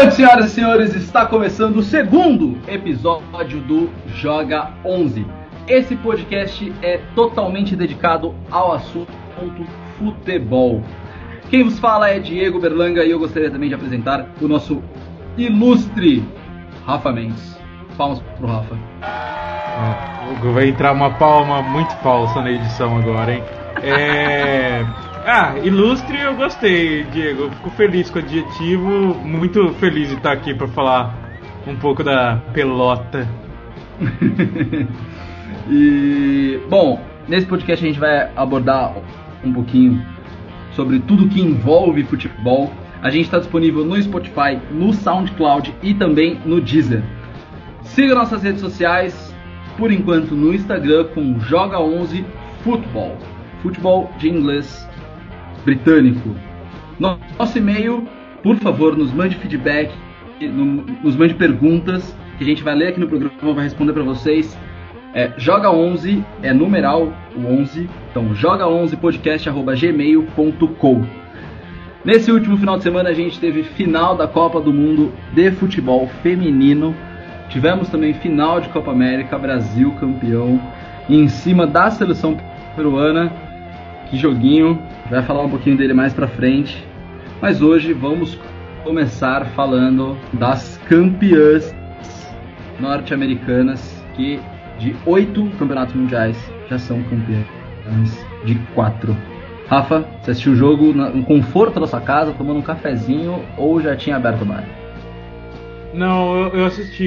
noite, senhoras e senhores, está começando o segundo episódio do Joga 11. Esse podcast é totalmente dedicado ao assunto futebol. Quem vos fala é Diego Berlanga e eu gostaria também de apresentar o nosso ilustre Rafa Mendes. Palmas pro Rafa. Vai entrar uma palma muito falsa na edição agora, hein? Ilustre eu gostei, Diego. Eu fico feliz com o adjetivo. Muito feliz de estar aqui para falar um pouco da pelota. E, bom, nesse podcast a gente vai abordar um pouquinho sobre tudo que envolve futebol. A gente está disponível no Spotify, no SoundCloud e também no Deezer. Siga nossas redes sociais, por enquanto no Instagram com Joga11 Futebol. Futebol de inglês britânico. Nosso e-mail, por favor, nos mande feedback, nos mande perguntas, que a gente vai ler aqui no programa, vai responder para vocês. Joga11, é numeral o 11, então joga11podcast@gmail.com. Nesse último final de semana a gente teve final da Copa do Mundo de futebol feminino. Tivemos também final de Copa América, Brasil campeão, em cima da seleção peruana. Que joguinho, vai falar um pouquinho dele mais pra frente. Mas hoje vamos começar falando das campeãs norte-americanas, que de 8 campeonatos mundiais já são campeãs de 4. Rafa, você assistiu o jogo no conforto da sua casa, tomando um cafezinho, ou já tinha aberto o bar? Não, eu assisti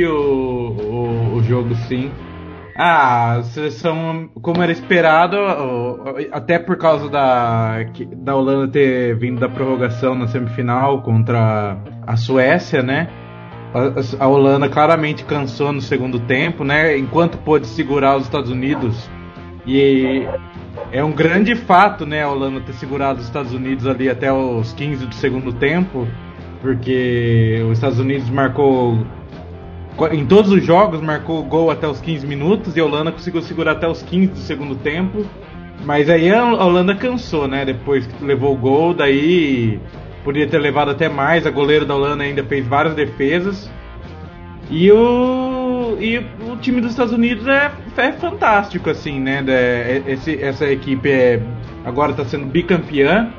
o jogo, sim. A seleção, como era esperado, até por causa da Holanda ter vindo da prorrogação na semifinal contra a Suécia, né? A Holanda claramente cansou no segundo tempo, né? Enquanto pôde segurar os Estados Unidos. E é um grande fato, né? A Holanda ter segurado os Estados Unidos ali até os 15 do segundo tempo. Porque os Estados Unidos marcou, em todos os jogos, marcou gol até os 15 minutos e a Holanda conseguiu segurar até os 15 do segundo tempo. Mas aí a Holanda cansou, né? Depois que levou o gol, daí podia ter levado até mais. A goleira da Holanda ainda fez várias defesas. E o time dos Estados Unidos é fantástico, assim, né? Essa equipe agora está sendo bicampeã.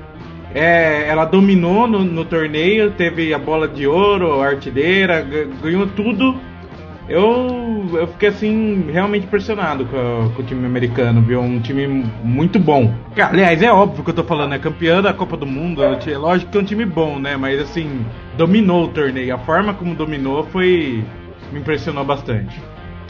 Ela dominou no torneio, teve a bola de ouro, a artilheira, ganhou tudo. Eu fiquei assim realmente impressionado com o time americano, viu? Um time muito bom. Aliás, é óbvio que eu tô falando, é campeã da Copa do Mundo, é lógico que é um time bom, né? Mas assim, dominou o torneio. A forma como dominou me impressionou bastante.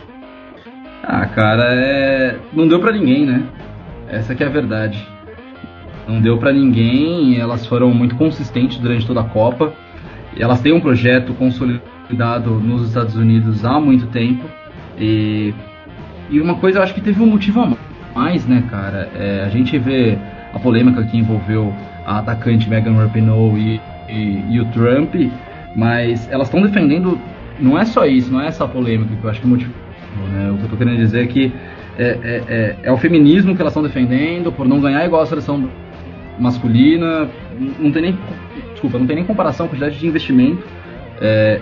Cara, não deu pra ninguém, né? Essa que é a verdade. Não deu pra ninguém, elas foram muito consistentes durante toda a Copa. Elas têm um projeto consolidado nos Estados Unidos há muito tempo. E uma coisa, eu acho que teve um motivo a mais, né, cara? A gente vê a polêmica que envolveu a atacante Megan Rapinoe e o Trump, mas elas estão defendendo, não é só isso, não é essa polêmica que eu acho que motivou, né? O que eu tô querendo dizer é que é o feminismo que elas estão defendendo, por não ganhar igual a seleção masculina. Não tem nem comparação com a quantidade de investimento. A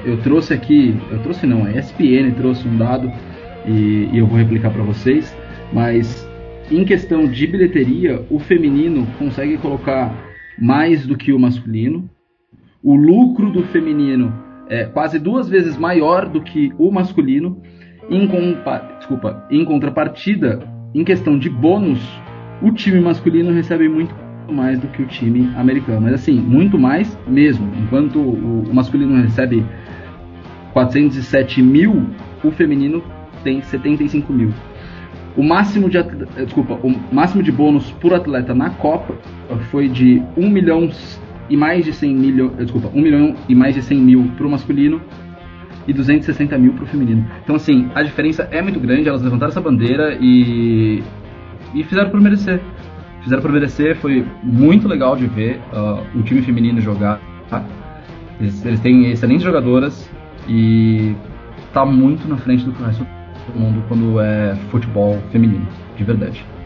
ESPN trouxe um dado e eu vou replicar para vocês, mas em questão de bilheteria, o feminino consegue colocar mais do que o masculino. O lucro do feminino é quase 2 vezes maior do que o masculino. Em contrapartida, em questão de bônus, o time masculino recebe muito mais do que o time americano, mas assim, muito mais mesmo. Enquanto o masculino recebe 407 mil, o feminino tem 75 mil. O máximo de bônus por atleta na Copa foi de 1 milhão e mais de 100 mil para o masculino e 260 mil para o feminino. Então assim, a diferença é muito grande. Elas levantaram essa bandeira e fizeram por merecer. Foi muito legal de ver o time feminino jogar. Eles têm excelentes jogadoras e tá muito na frente do resto do mundo quando é futebol feminino, de verdade.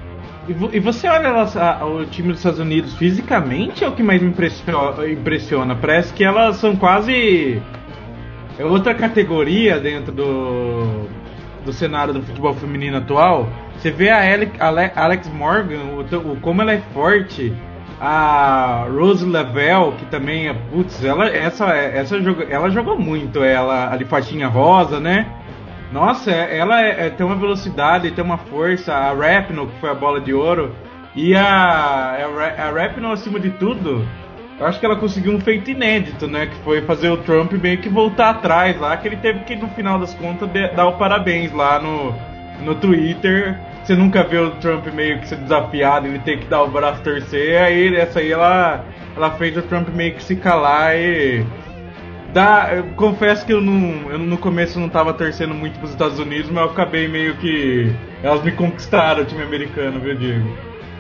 E você olha o time dos Estados Unidos fisicamente, é o que mais me impressiona. Parece que elas são quase outra categoria dentro do cenário do futebol feminino atual. Você vê a Alex Morgan, como ela é forte. A Rose Lavelle, que também é... Putz, ela jogou muito, ela ali, faixinha rosa, né? Nossa, ela tem uma velocidade, tem uma força. A Rapinoe, que foi a bola de ouro. E a Rapinoe, acima de tudo, eu acho que ela conseguiu um feito inédito, né? Que foi fazer o Trump meio que voltar atrás lá. Que ele teve que, no final das contas, dar o parabéns lá no Twitter. Você nunca vê o Trump meio que ser desafiado, ele tem que dar o braço a torcer. Aí essa aí ela fez o Trump meio que se calar e... Eu confesso que eu no começo não tava torcendo muito pros Estados Unidos, mas eu acabei meio que... Elas me conquistaram, o time americano, viu, Diego?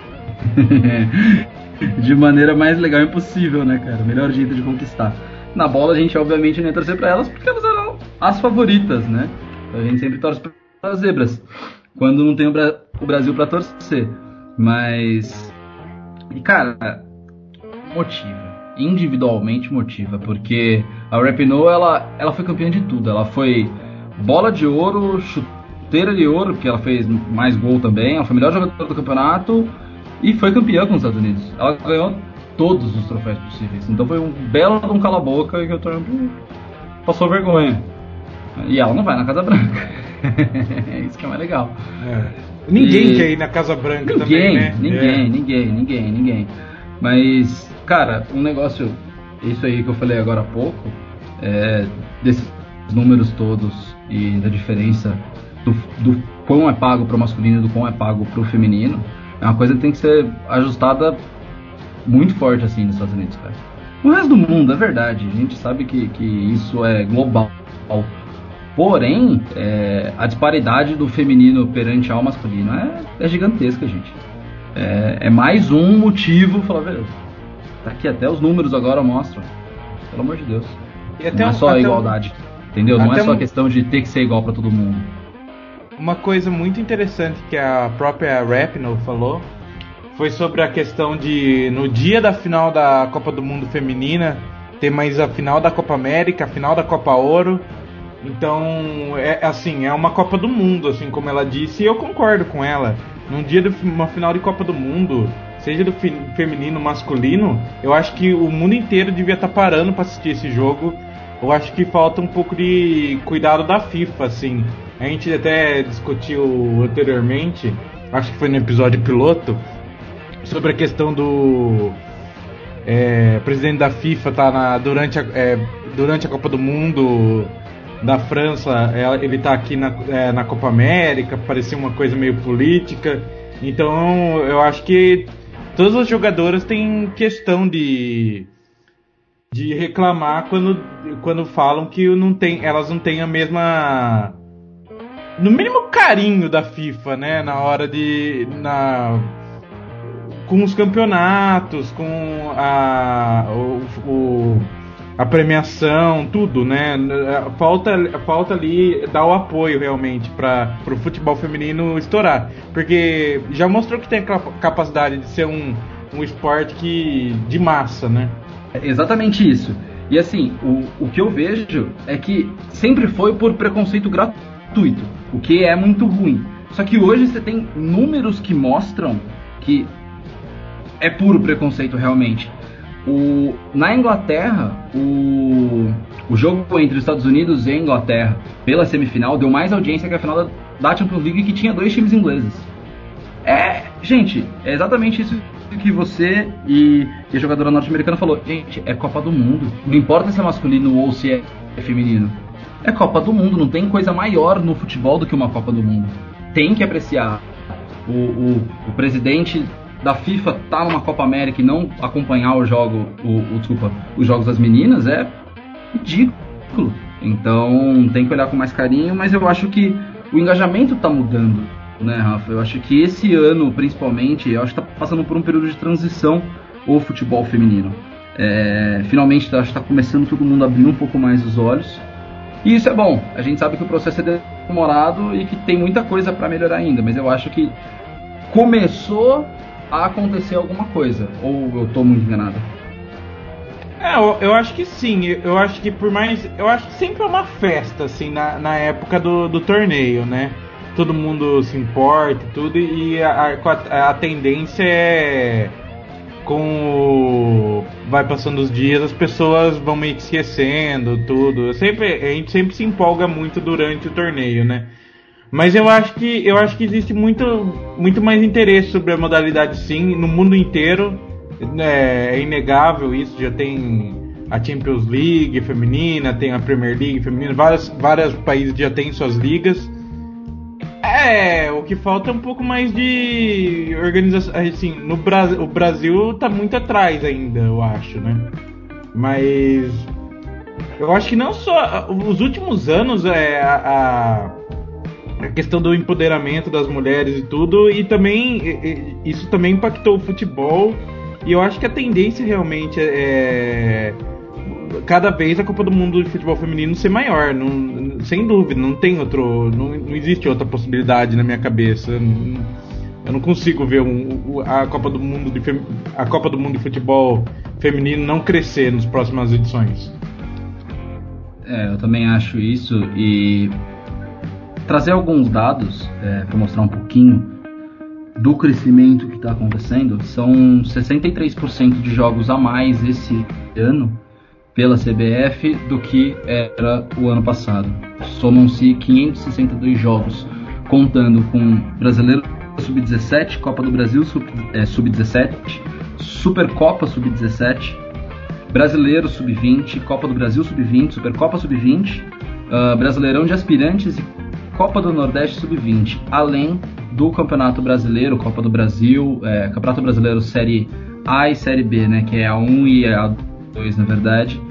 De maneira mais legal impossível, né, cara? Melhor jeito de conquistar. Na bola a gente obviamente não ia torcer pra elas porque elas eram as favoritas, né? A gente sempre torce para as zebras quando não tem o Brasil pra torcer. Mas... E, cara, motiva. Individualmente motiva, porque a Rapinoe, ela foi campeã de tudo. Ela foi bola de ouro, chuteira de ouro, porque ela fez mais gol também. Ela foi a melhor jogadora do campeonato e foi campeã com os Estados Unidos. Ela ganhou todos os troféus possíveis. Então foi um belo de um cala-boca que o Trump passou vergonha. E ela não vai na Casa Branca. Isso que é mais legal. Ninguém quer ir na Casa Branca também, né? Ninguém. Mas, cara, um negócio, isso aí que eu falei agora há pouco, desses números todos e da diferença do quão é pago para o masculino e do quão é pago para o feminino, é uma coisa que tem que ser ajustada muito forte assim nos Estados Unidos, cara. No resto do mundo, é verdade, a gente sabe que isso é global. Porém, a disparidade do feminino perante ao masculino é gigantesca, gente. É mais um motivo, falar, velho, tá aqui, até os números agora mostram. Pelo amor de Deus. Não é só a igualdade, entendeu? Não é só a questão de ter que ser igual pra todo mundo. Uma coisa muito interessante que a própria Rapinoe falou foi sobre a questão de, no dia da final da Copa do Mundo Feminina, ter mais a final da Copa América, a final da Copa Ouro. Então, é uma Copa do Mundo, assim como ela disse, e eu concordo com ela. Num dia de uma final de Copa do Mundo, seja do feminino, masculino, eu acho que o mundo inteiro devia estar parando para assistir esse jogo. Eu acho que falta um pouco de cuidado da FIFA, assim. A gente até discutiu anteriormente, acho que foi no episódio piloto, sobre a questão do presidente da FIFA tá durante a Copa do Mundo da França, ele tá aqui na Copa América, parecia uma coisa meio política. Então eu acho que todas as jogadoras têm questão de reclamar quando falam que elas não têm a mesma, no mínimo, carinho da FIFA, né, na hora com os campeonatos, com a premiação, tudo, né? Falta ali dar o apoio realmente para o futebol feminino estourar, porque já mostrou que tem a capacidade de ser um esporte de massa, né? É exatamente isso. E assim, o que eu vejo é que sempre foi por preconceito gratuito, o que é muito ruim. Só que hoje você tem números que mostram que é puro preconceito realmente. Na Inglaterra, o jogo entre os Estados Unidos e a Inglaterra pela semifinal deu mais audiência que a final da Champions League, que tinha 2 times ingleses. Gente, é exatamente isso que você e a jogadora norte-americana falou. Gente, é Copa do Mundo. Não importa se é masculino ou se é feminino. É Copa do Mundo, não tem coisa maior no futebol do que uma Copa do Mundo. Tem que apreciar. O presidente da FIFA tá numa Copa América e não acompanhar os jogos das meninas é ridículo. Então tem que olhar com mais carinho, mas eu acho que o engajamento tá mudando, né, Rafa? Eu acho que esse ano, principalmente, eu acho que tá passando por um período de transição o futebol feminino. Finalmente acho que tá começando todo mundo a abrir um pouco mais os olhos. E isso é bom. A gente sabe que o processo é demorado e que tem muita coisa para melhorar ainda, mas eu acho que começou a acontecer alguma coisa, ou eu tô muito enganado? Eu acho que sim, eu acho que por mais. Eu acho que sempre é uma festa, assim, na época do torneio, né? Todo mundo se importa e tudo, e a tendência é. Vai passando os dias, as pessoas vão meio que esquecendo tudo. A gente sempre se empolga muito durante o torneio, né? Mas eu acho que existe muito mais interesse sobre a modalidade, sim, no mundo inteiro. É inegável isso, já tem a Champions League feminina, tem a Premier League feminina, vários países já têm suas ligas. O que falta é um pouco mais de organização, assim, o Brasil tá muito atrás ainda, eu acho, né? Mas eu acho que não só os últimos anos a questão do empoderamento das mulheres e tudo, e também isso também impactou o futebol. E eu acho que a tendência realmente é cada vez a Copa do Mundo de futebol feminino ser maior, sem dúvida, não existe outra possibilidade na minha cabeça. Eu não consigo ver a Copa do Mundo de futebol feminino não crescer nas próximas edições. Eu também acho isso, e trazer alguns dados para mostrar um pouquinho do crescimento que está acontecendo. São 63% de jogos a mais esse ano pela CBF do que era o ano passado. Somam-se 562 jogos, contando com Brasileiro Sub-17, Copa do Brasil Sub-17, Supercopa Sub-17, Brasileiro Sub-20, Copa do Brasil Sub-20, Supercopa Sub-20, Brasileirão de Aspirantes e Copa do Nordeste Sub-20, além do Campeonato Brasileiro, Copa do Brasil, Campeonato Brasileiro Série A e Série B, né, que é a 1 e a 2, na verdade,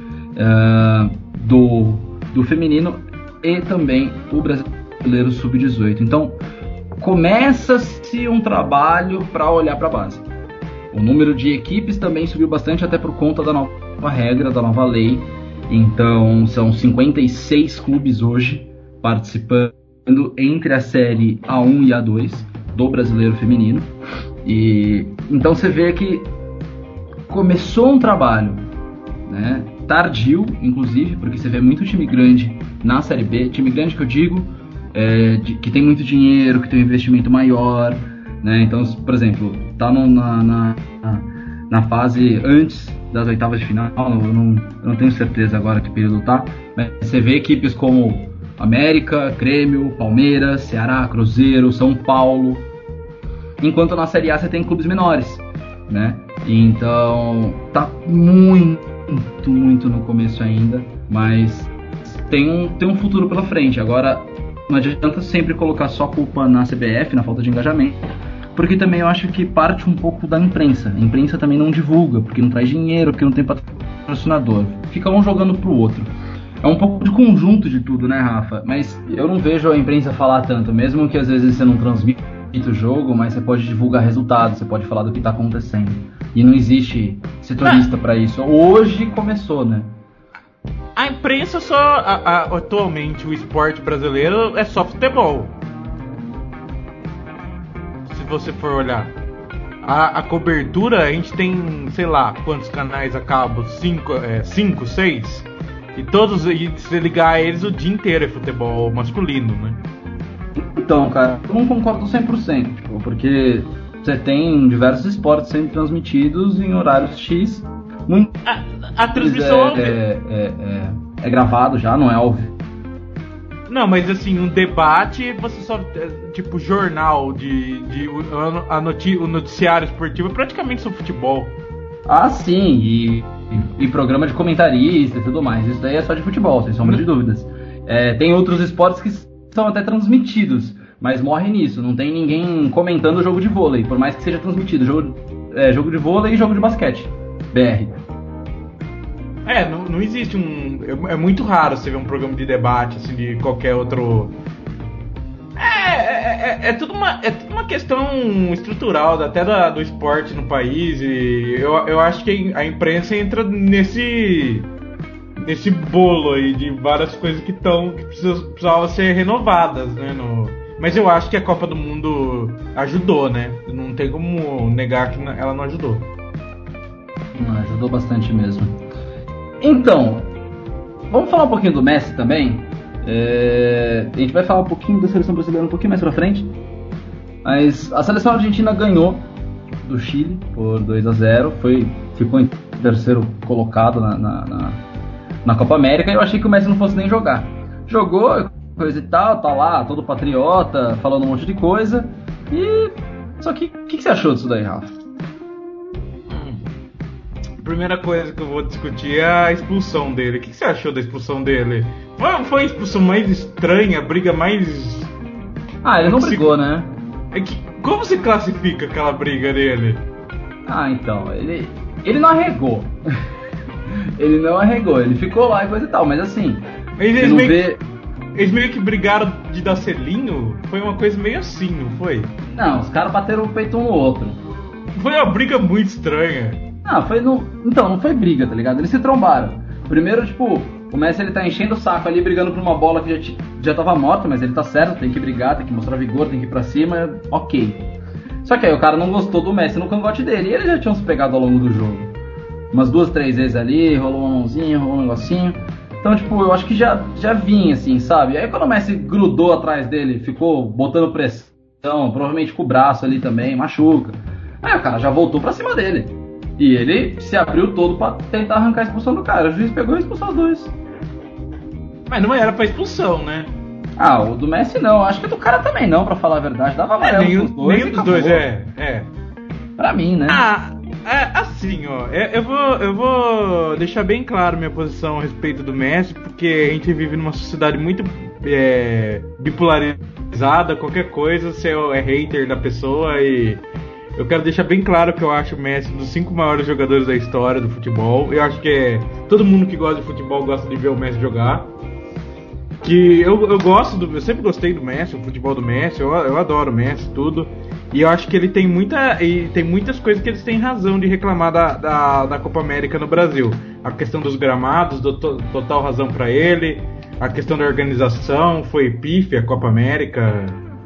do feminino, e também o Brasileiro Sub-18. Então, começa-se um trabalho para olhar para a base. O número de equipes também subiu bastante, até por conta da nova regra, da nova lei. Então, são 56 clubes hoje participando entre a série A1 e A2 do Brasileiro Feminino. E então você vê que começou um trabalho, né, tardio, inclusive, porque você vê muito time grande na Série B, time grande que eu digo, que tem muito dinheiro, que tem um investimento maior, né? Então, por exemplo, tá na fase antes das oitavas de final, eu não tenho certeza agora que período tá, mas você vê equipes como América, Grêmio, Palmeiras, Ceará, Cruzeiro, São Paulo, enquanto na Série A você tem clubes menores, né? Então tá muito no começo ainda, mas tem um futuro pela frente. Agora, não adianta sempre colocar só a culpa na CBF, na falta de engajamento, porque também eu acho que parte um pouco da imprensa. A imprensa também não divulga, porque não traz dinheiro, porque não tem patrocinador. Fica um jogando pro outro. É um pouco de conjunto de tudo, né, Rafa? Mas eu não vejo a imprensa falar tanto, mesmo que às vezes você não transmita o jogo, mas você pode divulgar resultados, você pode falar do que está acontecendo. E não existe setorista para isso. Hoje começou, né? A imprensa atualmente, o esporte brasileiro é só futebol. Se você for olhar. A cobertura, a gente tem, sei lá, quantos canais a cabo? 5, 6? E se ligar a eles, o dia inteiro é futebol masculino, né? Então, cara, eu não concordo 100%, porque você tem diversos esportes sendo transmitidos em horários X. A transmissão é gravado já, não é óbvio. Não, mas assim, um debate, você só... Tipo, jornal o noticiário esportivo é praticamente sobre futebol. Ah, sim, e programa de comentarista e tudo mais. Isso daí é só de futebol, sem sombra de dúvidas. Tem outros esportes que são até transmitidos, mas morre nisso. Não tem ninguém comentando o jogo de vôlei, por mais que seja transmitido. Jogo de vôlei e jogo de basquete. BR. Não existe é muito raro você ver um programa de debate assim, de qualquer outro. É tudo uma questão estrutural até do esporte no país, e eu acho que a imprensa entra nesse bolo aí de várias coisas que precisavam ser renovadas, né? Mas eu acho que a Copa do Mundo ajudou, né? tem como negar que ela não ajudou. Não, ajudou bastante mesmo. Então, vamos falar um pouquinho do Messi também. A gente vai falar um pouquinho da seleção brasileira um pouquinho mais pra frente. Mas a seleção argentina ganhou do Chile por 2-0. Ficou em terceiro colocado na Copa América. E eu achei que o Messi não fosse nem jogar. Jogou, coisa e tal, tá lá, todo patriota, falando um monte de coisa. Só que, o que você achou disso daí, Rafa? Primeira coisa que eu vou discutir é a expulsão dele. O que você achou da expulsão dele? Foi a expulsão mais estranha, a briga mais... ele não brigou, né? Como se classifica aquela briga dele? Então, ele não arregou. Ele não arregou, ele ficou lá e coisa e tal, mas assim... Eles meio que brigaram de dar selinho? Foi uma coisa meio assim, não foi? Não, os caras bateram o peito um no outro. Foi uma briga muito estranha. Então, não foi briga, tá ligado? Eles se trombaram. Primeiro, o Messi ele tá enchendo o saco ali, brigando por uma bola que já tava morta, mas ele tá certo, tem que brigar, tem que mostrar vigor, tem que ir pra cima, ok. Só que aí o cara não gostou do Messi no cangote dele, e eles já tinham se pegado ao longo do jogo. Umas 2, 3 vezes ali, rolou uma mãozinha, rolou um negocinho. Então, eu acho que já vinha, assim, sabe? Aí quando o Messi grudou atrás dele, ficou botando pressão, provavelmente com o braço ali também, machuca. Aí o cara já voltou pra cima dele. E ele se abriu todo pra tentar arrancar a expulsão do cara. O juiz pegou e expulsou os dois. Mas não era pra expulsão, né? O do Messi não. Acho que do cara também não, pra falar a verdade. Dava amarelo pros dois. Nenhum dos dois, é. Pra mim, né? Assim, ó. Eu vou deixar bem claro minha posição a respeito do Messi, porque a gente vive numa sociedade muito bipolarizada. Qualquer coisa, você é hater da pessoa e... Eu quero deixar bem claro que eu acho o Messi um dos 5 maiores jogadores da história do futebol. Eu acho que todo mundo que gosta de futebol gosta de ver o Messi jogar. Que eu eu sempre gostei do Messi, o futebol do Messi, eu adoro o Messi, tudo. E eu acho que ele tem muitas coisas que eles têm razão de reclamar da Copa América no Brasil. A questão dos gramados, total razão pra ele. A questão da organização, foi pífia a Copa América.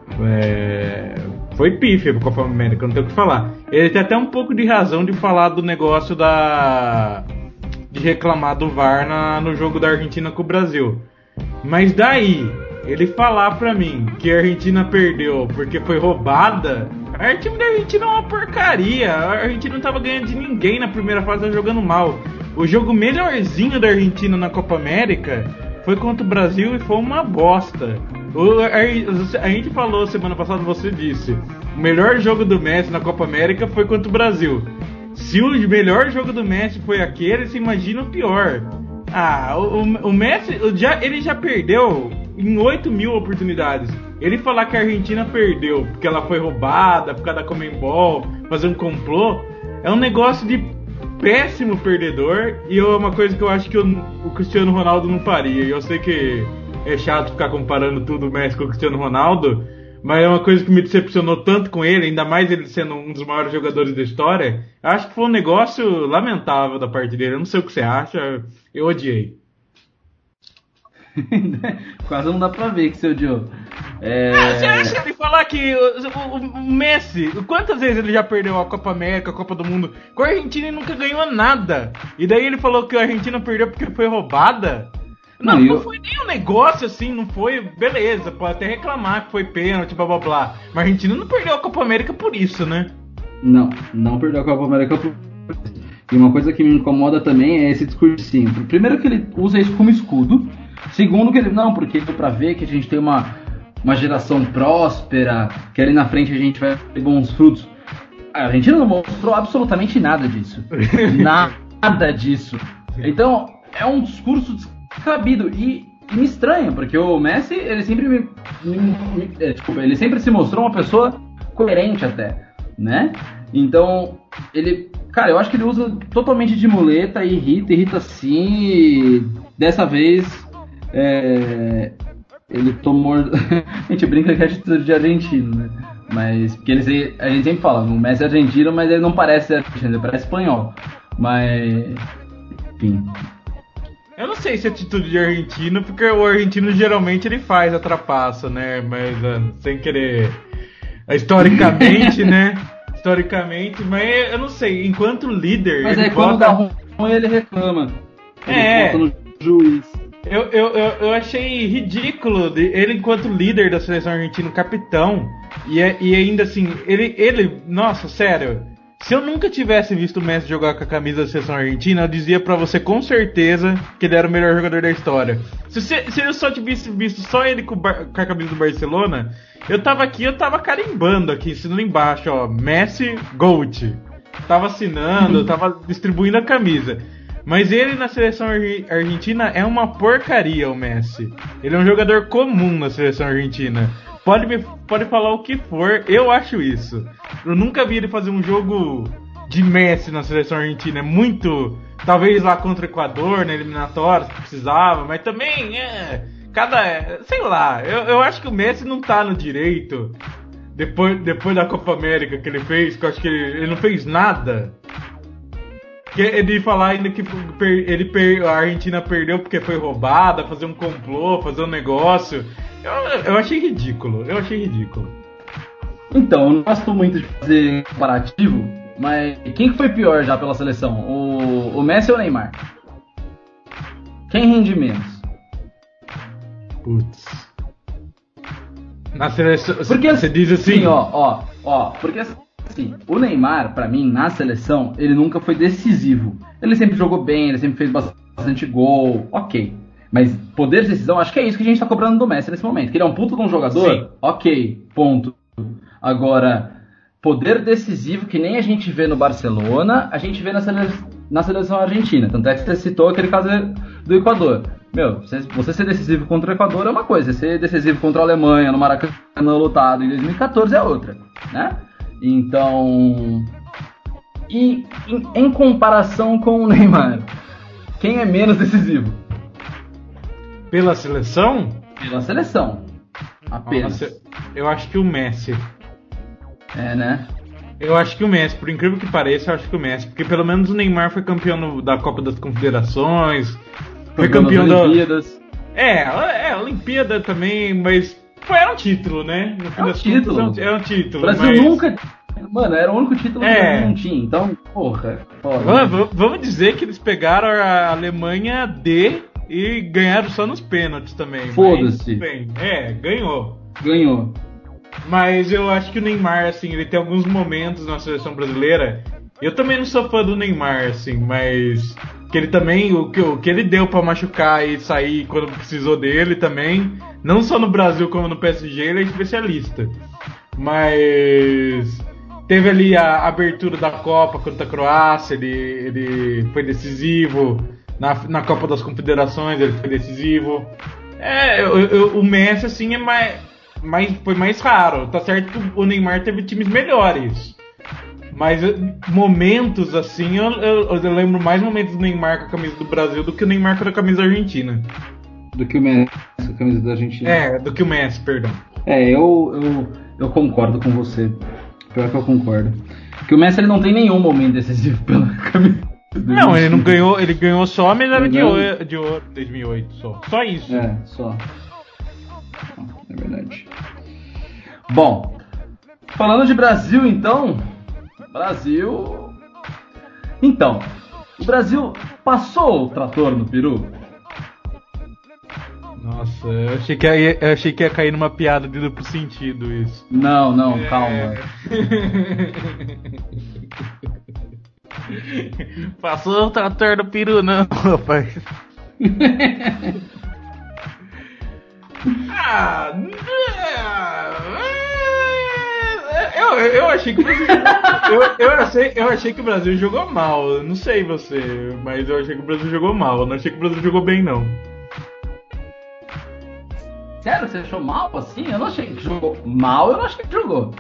Foi pífia a Copa América, não tem o que falar. Ele tem até um pouco de razão de falar do negócio de reclamar do VAR no jogo da Argentina com o Brasil. Mas daí, ele falar pra mim que a Argentina perdeu porque foi roubada, o time da Argentina é uma porcaria. A Argentina não tava ganhando de ninguém na primeira fase, tava jogando mal. O jogo melhorzinho da Argentina na Copa América foi contra o Brasil e foi uma bosta. A gente falou semana passada, você disse, o melhor jogo do Messi na Copa América foi contra o Brasil. Se o melhor jogo do Messi foi aquele, você imagina o pior. O Messi ele já perdeu em 8 mil oportunidades. Ele falar que a Argentina perdeu porque ela foi roubada, por causa da Conmebol, fazer um complô, é um negócio de péssimo perdedor. E é uma coisa que eu acho que o Cristiano Ronaldo não faria. E eu sei que é chato ficar comparando tudo o Messi com o Cristiano Ronaldo, mas é uma coisa que me decepcionou tanto com ele, ainda mais ele sendo um dos maiores jogadores da história. Acho que foi um negócio lamentável da parte dele. Eu não sei o que você acha, eu odiei. Quase não dá pra ver que você odiou. Você acha ele falar que o Messi, quantas vezes ele já perdeu a Copa América, a Copa do Mundo, com a Argentina e nunca ganhou nada? E daí ele falou que a Argentina perdeu porque foi roubada? Não foi nem um negócio assim, não foi, beleza, pode até reclamar que foi pênalti, blá blá blá. Mas a Argentina não perdeu a Copa América por isso, né? Não perdeu a Copa América por isso. E uma coisa que me incomoda também é esse discursinho. Primeiro que ele usa isso como escudo. Segundo que ele, porque deu pra ver que a gente tem uma geração próspera, que ali na frente a gente vai ter bons frutos. A Argentina não mostrou absolutamente nada disso. Nada disso. Então, é um discurso descabido e me estranha, porque o Messi, ele sempre ele sempre se mostrou uma pessoa coerente até, né? Então, eu acho que ele usa totalmente de muleta e irrita sim, e dessa vez ele tomou... A gente brinca que é atitude de argentino, né? Mas, porque a gente sempre fala, o Messi é argentino, mas ele não parece ser argentino, ele parece espanhol. Mas, enfim... Eu não sei se é atitude de argentino, porque o argentino geralmente ele faz a trapaça, né? Mas sem querer... Historicamente, né? historicamente, mas eu não sei, enquanto líder... Mas ele quando dá ruim ele reclama. Ele bota no juiz. Eu achei ridículo ele enquanto líder da seleção argentina, capitão, e ainda assim, ele, nossa, sério, se eu nunca tivesse visto o Messi jogar com a camisa da seleção argentina, eu dizia pra você com certeza que ele era o melhor jogador da história. Se eu só tivesse visto só ele com a camisa do Barcelona, eu tava carimbando aqui, assinando embaixo, ó, Messi, GOAT. Tava assinando, tava distribuindo a camisa. Mas ele na seleção argentina é uma porcaria, o Messi. Ele é um jogador comum na seleção argentina. Pode falar o que for, eu acho isso. Eu nunca vi ele fazer um jogo de Messi na seleção argentina. É muito... Talvez lá contra o Equador, na eliminatória, se precisava. Mas também, sei lá. Eu acho que o Messi não tá no direito. Depois da Copa América que ele fez, que eu acho que ele não fez nada. Ele falar ainda que a Argentina perdeu porque foi roubada, fazer um complô, fazer um negócio. Eu achei ridículo. Então, eu não gosto muito de fazer comparativo, mas quem que foi pior já pela seleção? O Messi ou o Neymar? Quem rende menos? Putz. Na seleção. Porque você diz assim. Sim, porque assim, o Neymar, pra mim, na seleção, ele nunca foi decisivo. Ele sempre jogou bem, ele sempre fez bastante gol, ok. Mas poder de decisão, acho que é isso que a gente tá cobrando do Messi nesse momento. Que ele é um puto de um jogador, sim. Ok, ponto. Agora, poder decisivo que nem a gente vê no Barcelona, a gente vê na seleção argentina. Tanto é que você citou aquele caso do Equador. Meu, você ser decisivo contra o Equador é uma coisa, você ser decisivo contra a Alemanha no Maracanã lotado em 2014 é outra, né? Então, e em comparação com o Neymar, quem é menos decisivo? Pela seleção? Pela seleção, apenas. Nossa, eu acho que o Messi. É, né? Eu acho que o Messi, por incrível que pareça, eu acho que o Messi, porque pelo menos o Neymar foi campeão da Copa das Confederações, foi campeão das Olimpíadas. Olimpíada também, mas era um título, né? No fim é um título. É um título. O Brasil nunca... Mano, era o único título que o Brasil não tinha, então, porra. Vamos dizer que eles pegaram a Alemanha D e ganharam só nos pênaltis também. Foda-se. Ganhou. Mas eu acho que o Neymar, assim, ele tem alguns momentos na seleção brasileira. Eu também não sou fã do Neymar, assim, mas que ele também, o que ele deu pra machucar e sair quando precisou dele também, não só no Brasil como no PSG, ele é especialista. Mas teve ali a abertura da Copa contra a Croácia, ele foi decisivo. Na Copa das Confederações ele foi decisivo. O Messi, assim, foi mais raro. Tá certo que o Neymar teve times melhores. Mas momentos assim, eu lembro mais momentos do Neymar com a camisa do Brasil do que o Neymar com a camisa da Argentina. Do que o Messi com a camisa da Argentina. Do que o Messi, perdão. Eu concordo com você. Pior que eu concordo. Porque o Messi ele não tem nenhum momento decisivo pela camisa. Não, ele não ganhou, ele ganhou só a medalha de ouro em 2008, só isso. Só. É verdade. Bom, falando de Brasil, então, o Brasil passou o trator no peru? Nossa, eu achei que ia cair numa piada de duplo sentido isso. Não, calma. Passou o trator do peru, não, rapaz. Eu achei que o Brasil eu achei que o Brasil jogou mal. Não sei você, mas eu achei que o Brasil jogou mal. Eu não achei que o Brasil jogou bem, não. Sério, você achou mal assim? Eu não achei que jogou mal, eu não achei que jogou.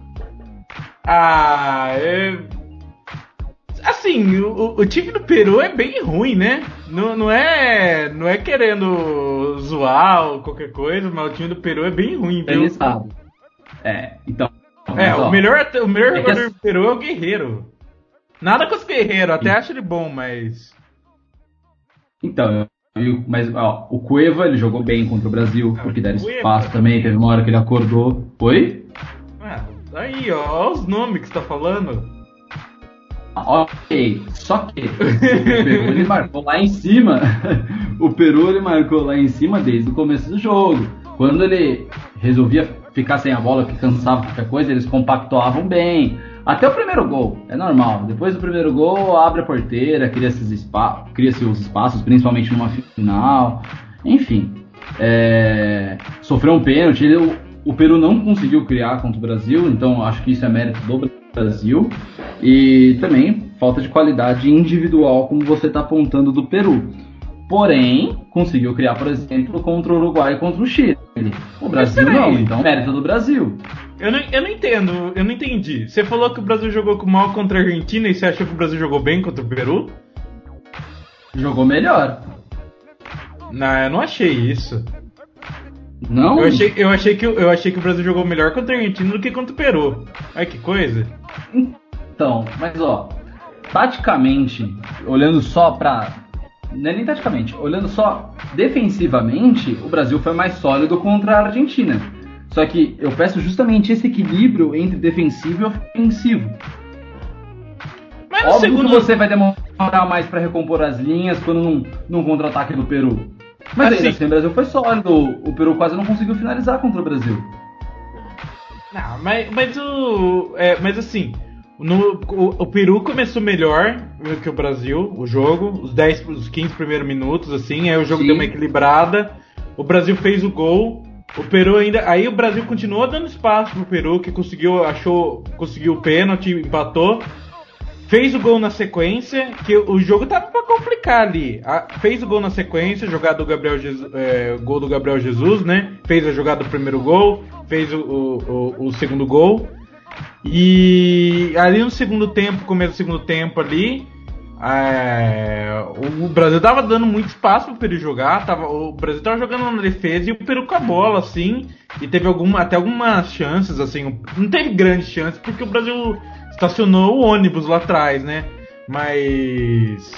Assim, o time do Peru é bem ruim, né? Não é querendo zoar ou qualquer coisa, mas o time do Peru é bem ruim, viu? Ele sabe. Então. O melhor jogador do Peru é o Guerreiro. Nada com os Guerreiros, até acho ele bom, mas... Então, o Cueva, ele jogou bem contra o Brasil, porque deram espaço também, teve uma hora que ele acordou. Oi? Aí, ó os nomes que você tá falando. Ok, só que o Peru ele marcou lá em cima. O Peru ele marcou lá em cima desde o começo do jogo. Quando ele resolvia ficar sem a bola, que cansava qualquer coisa, eles compactuavam bem. Até o primeiro gol, é normal. Depois do primeiro gol, abre a porteira, cria-se os espaços, principalmente numa final. Enfim, sofreu um pênalti. O Peru não conseguiu criar contra o Brasil, então acho que isso é mérito do Brasil. E também falta de qualidade individual, como você está apontando do Peru. Porém, conseguiu criar, por exemplo, contra o Uruguai e contra o Chile. O Brasil não, então mérito do Brasil. Eu não entendo, eu não entendi. Você falou que o Brasil jogou mal contra a Argentina e você achou que o Brasil jogou bem contra o Peru? Jogou melhor. Não, eu não achei isso. Não? Eu achei que o Brasil jogou melhor contra a Argentina do que contra o Peru. Olha que coisa. Então, mas taticamente, olhando só pra... Não é nem taticamente, olhando só defensivamente, o Brasil foi mais sólido contra a Argentina. Só que eu peço justamente esse equilíbrio entre defensivo e ofensivo. Mas no Óbvio segundo... que você vai demorar mais pra recompor as linhas quando num contra-ataque do Peru. Mas ainda assim o Brasil foi sólido, o Peru quase não conseguiu finalizar contra o Brasil. Não, mas assim, o Peru começou melhor que o Brasil, o jogo, os 15 primeiros minutos, assim, aí o jogo deu uma equilibrada, o Brasil fez o gol, o Peru ainda, aí o Brasil continuou dando espaço pro Peru, que conseguiu o pênalti, empatou, fez o gol na sequência, que o jogo tava pra complicar ali. Fez o gol na sequência, jogada do Gabriel Jesus, gol do Gabriel Jesus, né? Fez a jogada do primeiro gol, fez o segundo gol. E ali no segundo tempo, começo do segundo tempo ali, o Brasil tava dando muito espaço pro Peru jogar, o Brasil tava jogando na defesa e o Peru com a bola, assim, e teve até algumas chances, assim, não teve grandes chances, porque o Brasil estacionou o ônibus lá atrás, né? Mas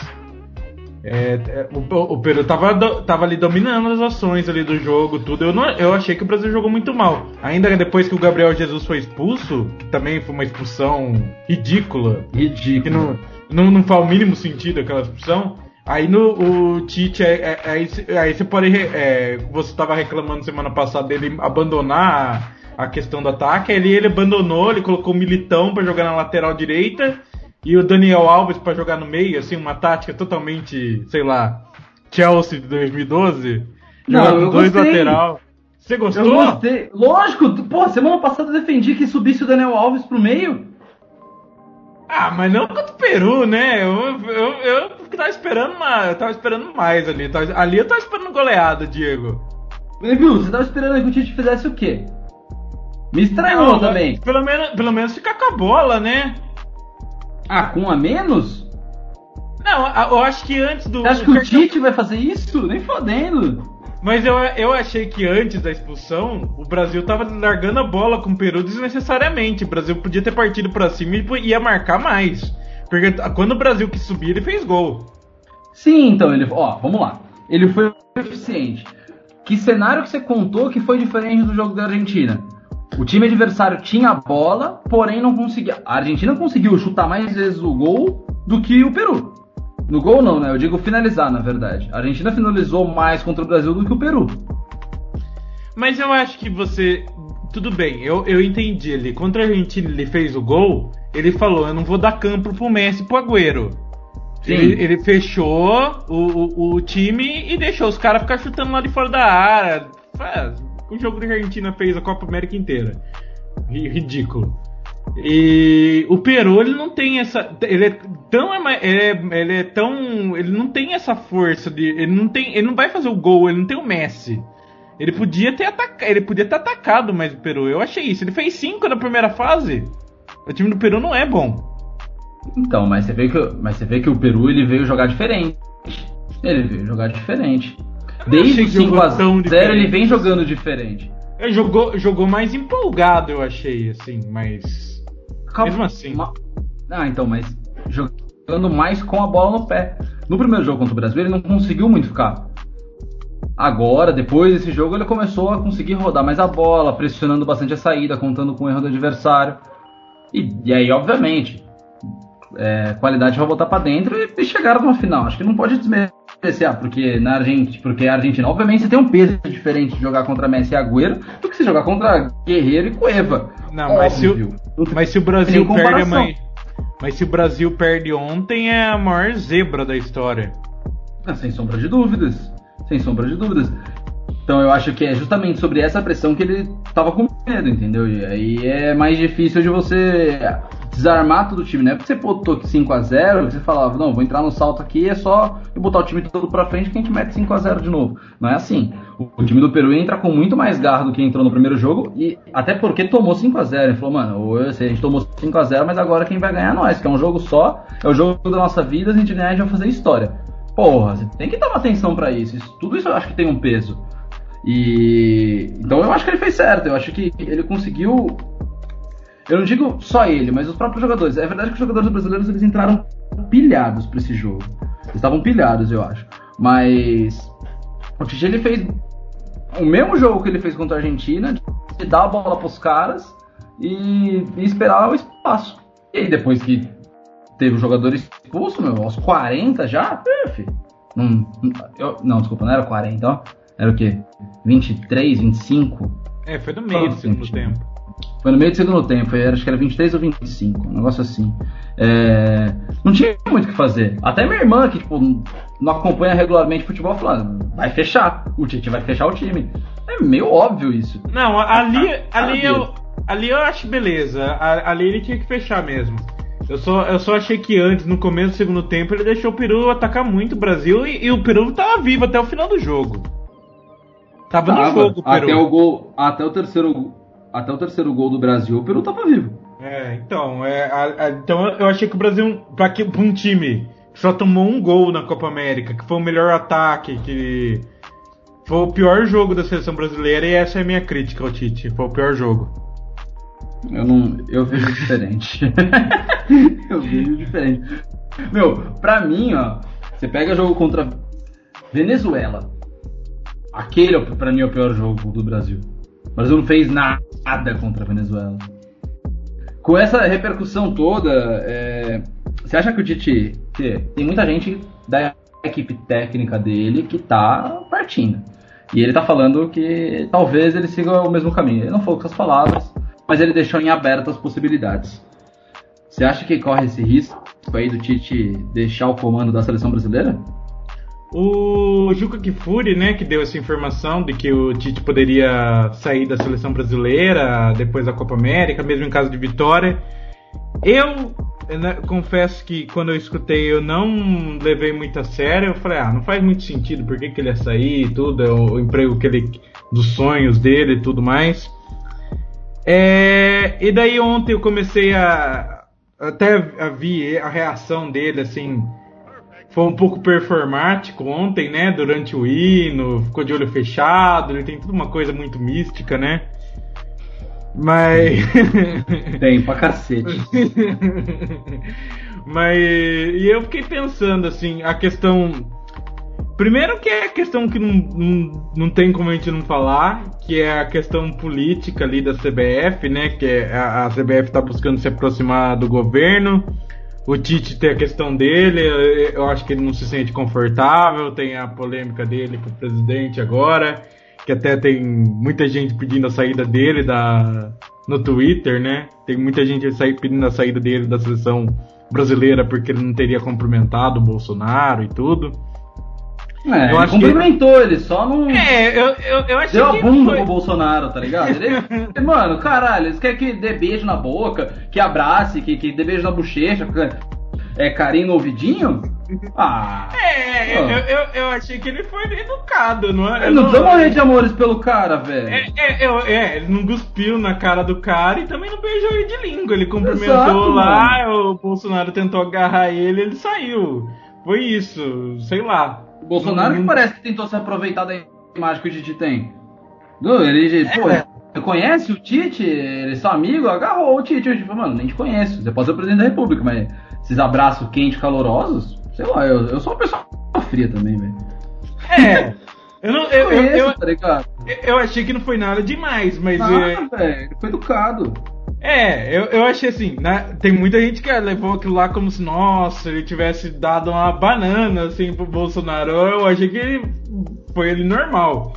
o Peru tava ali dominando as ações ali do jogo, tudo. Eu achei que o Brasil jogou muito mal. Ainda depois que o Gabriel Jesus foi expulso, que também foi uma expulsão ridícula. Que não faz o mínimo sentido aquela expulsão. Aí o Tite, aí você pode... você estava reclamando semana passada dele abandonar a questão do ataque, ele abandonou, ele colocou o Militão para jogar na lateral direita e o Daniel Alves para jogar no meio, assim, uma tática totalmente, sei lá, Chelsea de 2012, jogando dois lateral. Você gostou? Eu gostei. Lógico, pô, semana passada eu defendi que subisse o Daniel Alves pro meio. Ah, mas não contra o Peru, né? Eu tava esperando mais ali. Ali eu tava esperando goleada, Diego. Viu, você tava esperando que o Tite fizesse o quê? Me estranhou também. Pelo menos ficar com a bola, né? Ah, com um a menos? Não, eu acho que antes do... Você acha que o Tite vai fazer isso? Nem fodendo. Mas eu achei que antes da expulsão, o Brasil tava largando a bola com o Peru desnecessariamente. O Brasil podia ter partido pra cima e ia marcar mais. Porque quando o Brasil quis subir, ele fez gol. Sim, então, vamos lá. Ele foi eficiente. Que cenário que você contou que foi diferente do jogo da Argentina? O time adversário tinha a bola, porém não conseguia. A Argentina conseguiu chutar mais vezes o gol do que o Peru. No gol não, né? Eu digo finalizar, na verdade. A Argentina finalizou mais contra o Brasil do que o Peru. Mas eu acho que você... Tudo bem, eu entendi ele. Contra a Argentina ele fez o gol, ele falou, eu não vou dar campo pro Messi e pro Agüero. Ele fechou o time e deixou os caras ficar chutando lá de fora da área. O jogo da Argentina fez a Copa América inteira. Ridículo. E o Peru, ele não tem essa... Ele não tem essa força de... Ele não vai fazer o gol, ele não tem o Messi. Ele podia ter atacado mais o Peru. Eu achei isso. Ele fez 5 na primeira fase. O time do Peru não é bom. Então, mas você vê que o Peru ele veio jogar diferente. Desde o 5x0 ele vem jogando diferente. Ele jogou mais empolgado, eu achei, assim, mas... Mesmo assim. Então, mas jogando mais com a bola no pé. No primeiro jogo contra o Brasil, ele não conseguiu muito ficar agora, depois desse jogo, ele começou a conseguir rodar mais a bola, pressionando bastante a saída, contando com o erro do adversário. E aí, obviamente, qualidade vai voltar para dentro e chegaram numa final. Acho que não pode desmerecer, porque a Argentina, obviamente, você tem um peso diferente de jogar contra Messi e Agüero do que se jogar contra Guerreiro e Cueva. Não, mas se o Brasil perde amanhã. Mas se o Brasil perde ontem, é a maior zebra da história. Sem sombra de dúvidas. Sem sombra de dúvidas. Então eu acho que é justamente sobre essa pressão que ele tava com medo, entendeu? E aí é mais difícil de você desarmar todo o time, né? Porque você botou 5x0, você falava, não, vou entrar no salto aqui, é só eu botar o time todo pra frente que a gente mete 5x0 de novo. Não é assim. O time do Peru entra com muito mais garra do que entrou no primeiro jogo, e até porque tomou 5x0. Ele falou, mano, a gente tomou 5x0, mas agora quem vai ganhar é nós, que é um jogo só, é o jogo da nossa vida, a gente ganhar e vai fazer história. Porra, você tem que dar uma atenção pra isso. Tudo isso eu acho que tem um peso. Então eu acho que ele fez certo. Eu acho que ele conseguiu. Eu não digo só ele, mas os próprios jogadores. É verdade que os jogadores brasileiros eles entraram pilhados pra esse jogo. Eles estavam pilhados, eu acho. Mas o Tite ele fez o mesmo jogo que ele fez contra a Argentina, de dar a bola pros caras e esperar o espaço. E aí depois que teve o jogador expulso, aos 40 já, filho. Não, desculpa, não era 40, ó. Era o quê? 23, 25? Foi no meio do segundo tempo. Foi no meio do segundo tempo, acho que era 23 ou 25, um negócio assim. Não tinha muito o que fazer. Até minha irmã, que não acompanha regularmente futebol, falando, vai fechar, o Tite vai fechar o time. É meio óbvio isso. Não, ali eu acho beleza. Ali ele tinha que fechar mesmo. Eu só achei que antes, no começo do segundo tempo, ele deixou o Peru atacar muito o Brasil e o Peru tava vivo até o final do jogo. Tava no jogo o Peru. Até o terceiro gol do Brasil, o Peru tava vivo. Então eu achei que o Brasil, pra um time que só tomou um gol na Copa América, que foi o melhor ataque, que foi o pior jogo da seleção brasileira, e essa é a minha crítica ao Tite, foi o pior jogo. Eu vejo diferente. Eu vejo diferente. Pra mim, ó, você pega jogo contra Venezuela. Aquele, pra mim, é o pior jogo do Brasil. O Brasil não fez nada contra a Venezuela. Com essa repercussão toda, você acha que o Tite... Tem muita gente da equipe técnica dele que tá partindo. E ele tá falando que talvez ele siga o mesmo caminho. Ele não falou com essas palavras, mas ele deixou em aberto as possibilidades. Você acha que corre esse risco aí do Tite deixar o comando da seleção brasileira? O Juca Kfouri, né, que deu essa informação de que o Tite poderia sair da seleção brasileira depois da Copa América, mesmo em caso de vitória. Eu confesso que quando eu escutei eu não levei muito a sério. Eu falei, não faz muito sentido, por que ele ia sair e tudo, é o emprego dos sonhos dele e tudo mais. E daí ontem eu comecei até a ver a reação dele, assim, foi um pouco performático ontem, né, durante o hino, ficou de olho fechado, ele tem tudo uma coisa muito mística, né, mas... Tem, pra cacete. E eu fiquei pensando, assim, a questão... Primeiro que é a questão que não tem como a gente não falar, que é a questão política ali da CBF, né? Que a CBF está buscando se aproximar do governo. O Tite tem a questão dele, eu acho que ele não se sente confortável, tem a polêmica dele com o presidente agora, que até tem muita gente pedindo a saída dele no Twitter, né? Tem muita gente pedindo a saída dele da seleção brasileira porque ele não teria cumprimentado o Bolsonaro e tudo. Ele cumprimentou, ele só não... eu achei deu a bunda pro Bolsonaro, tá ligado? Mano, caralho, eles querem que dê beijo na boca, que abrace, que dê beijo na bochecha, carinho no ouvidinho? Eu achei que ele foi educado, não é? Ele não deu morrer de amores pelo cara, velho. Ele não cuspiu na cara do cara e também não beijou ele de língua. Ele cumprimentou. Exato, lá, mano. O Bolsonaro tentou agarrar ele saiu. Foi isso, sei lá. O Bolsonaro que parece que tentou se aproveitar da imagem que o Tite tem. Ele conhece o Tite, eles são amigos, agarrou o Tite. Eu mano, nem te conheço. Você pode ser o presidente da República, mas esses abraços quentes, calorosos, sei lá, eu sou uma pessoa fria também, velho. Tá ligado? Eu achei que não foi nada demais, mas. Velho, ele foi educado. Eu achei assim, né? Tem muita gente que levou aquilo lá como se, nossa, ele tivesse dado uma banana assim pro Bolsonaro. Eu achei que foi ele normal.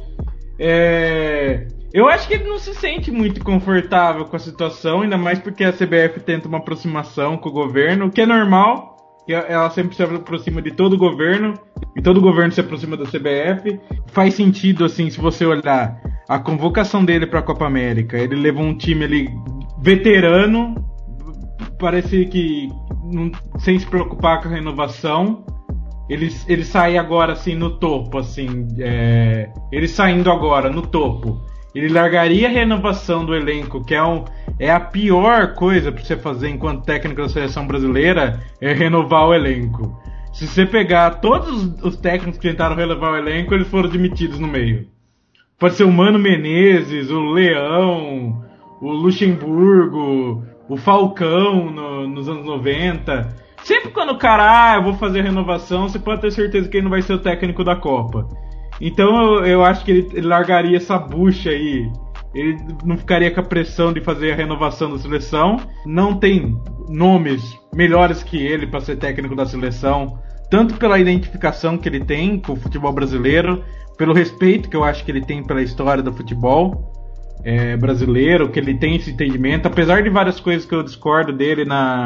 Eu acho que ele não se sente muito confortável com a situação, ainda mais porque a CBF tenta uma aproximação com o governo, o que é normal, que ela sempre se aproxima de todo o governo, e todo o governo se aproxima da CBF. Faz sentido, assim, se você olhar a convocação dele para a Copa América. Ele levou um time ali veterano, parece que sem se preocupar com a renovação. Ele sai agora assim no topo, assim, ele saindo agora no topo. Ele largaria a renovação do elenco, que é a pior coisa para você fazer enquanto técnico da seleção brasileira, é renovar o elenco. Se você pegar todos os técnicos que tentaram renovar o elenco, eles foram demitidos no meio. Pode ser o Mano Menezes, o Leão, o Luxemburgo, o Falcão nos anos 90. Sempre quando o cara, eu vou fazer renovação, você pode ter certeza que ele não vai ser o técnico da Copa. Então eu acho que ele largaria essa bucha aí. Ele não ficaria com a pressão de fazer a renovação da seleção. Não tem nomes melhores que ele para ser técnico da seleção, tanto pela identificação que ele tem com o futebol brasileiro, pelo respeito que eu acho que ele tem pela história do futebol brasileiro, que ele tem esse entendimento, apesar de várias coisas que eu discordo dele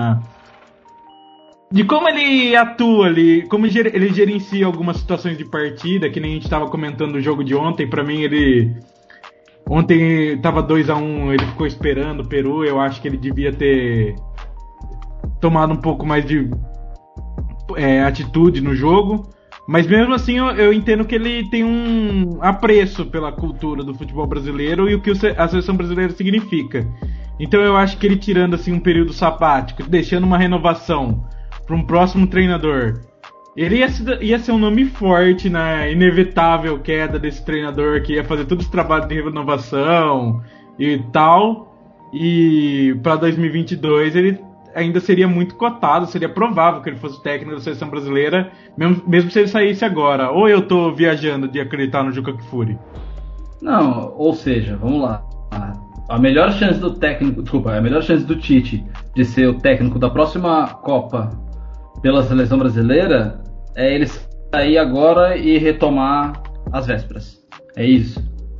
de como ele atua ali, como ele gerencia algumas situações de partida, que nem a gente estava comentando o jogo de ontem. Pra mim, ontem tava 2-1, ele ficou esperando o Peru. Eu acho que ele devia ter tomado um pouco mais de atitude no jogo. Mas mesmo assim, eu entendo que ele tem um apreço pela cultura do futebol brasileiro e o que a seleção brasileira significa. Então eu acho que ele tirando assim um período sabático, deixando uma renovação para um próximo treinador, ele ia ser um nome forte na inevitável queda desse treinador, que ia fazer todos os trabalhos de mesmo e tal. E para 2022 ele ainda seria muito cotado, seria provável que ele fosse o técnico da seleção brasileira, mesmo se ele saísse agora. Ou eu tô viajando de acreditar no Juca Kfouri? Não, ou seja, vamos lá. A melhor chance do Tite de ser o técnico da próxima Copa pela seleção brasileira é ele sair agora e retomar as vésperas. É isso.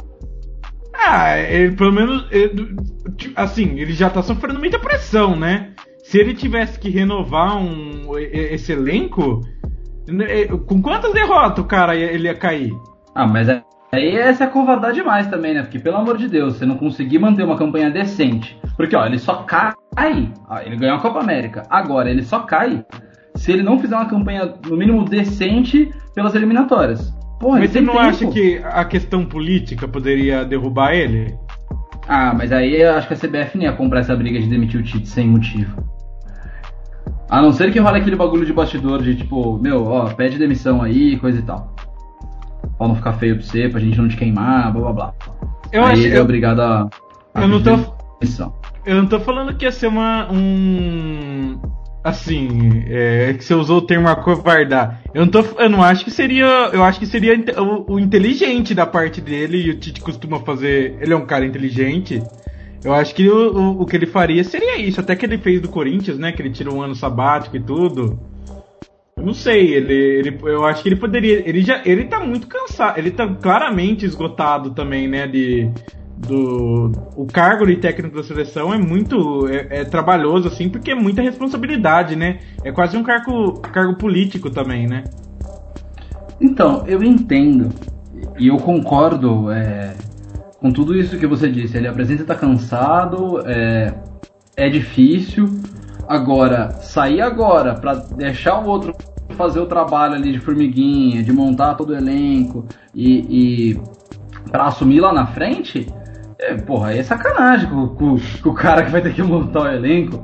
Ele pelo menos assim, ele já tá sofrendo muita pressão, né? Se ele tivesse que renovar esse elenco, com quantas derrotas o cara ele ia cair? Mas aí essa é covardade demais também, né? Porque, pelo amor de Deus, você não conseguir manter uma campanha decente. Porque, ele só cai. Ele ganhou a Copa América. Agora, ele só cai se ele não fizer uma campanha, no mínimo, decente pelas eliminatórias. Porra, mas você não acha que a questão política poderia derrubar ele? Mas aí eu acho que a CBF nem ia comprar essa briga de demitir o Tite sem motivo. A não ser que role aquele bagulho de bastidor de tipo, pede demissão aí, coisa e tal. Pra não ficar feio pra você, pra gente não te queimar, blá blá blá. Ele é obrigado a demissão. Eu não tô falando que ia ser assim, que você usou o termo acovardar. Eu não acho que seria. Eu acho que seria o inteligente da parte dele, e o Tite costuma fazer. Ele é um cara inteligente. Eu acho que o que ele faria seria isso, até que ele fez do Corinthians, né? Que ele tirou um ano sabático e tudo. Eu não sei, eu acho que ele poderia. Ele tá muito cansado, ele tá claramente esgotado também, né? O cargo de técnico da seleção é muito trabalhoso, assim, porque é muita responsabilidade, né? É quase um cargo político também, né? Então, eu entendo e eu concordo com tudo isso que você disse. Ele apresenta estar cansado, é difícil. Agora, sair agora pra deixar o outro fazer o trabalho ali de formiguinha, de montar todo o elenco e pra assumir lá na frente, é sacanagem com o cara que vai ter que montar o elenco.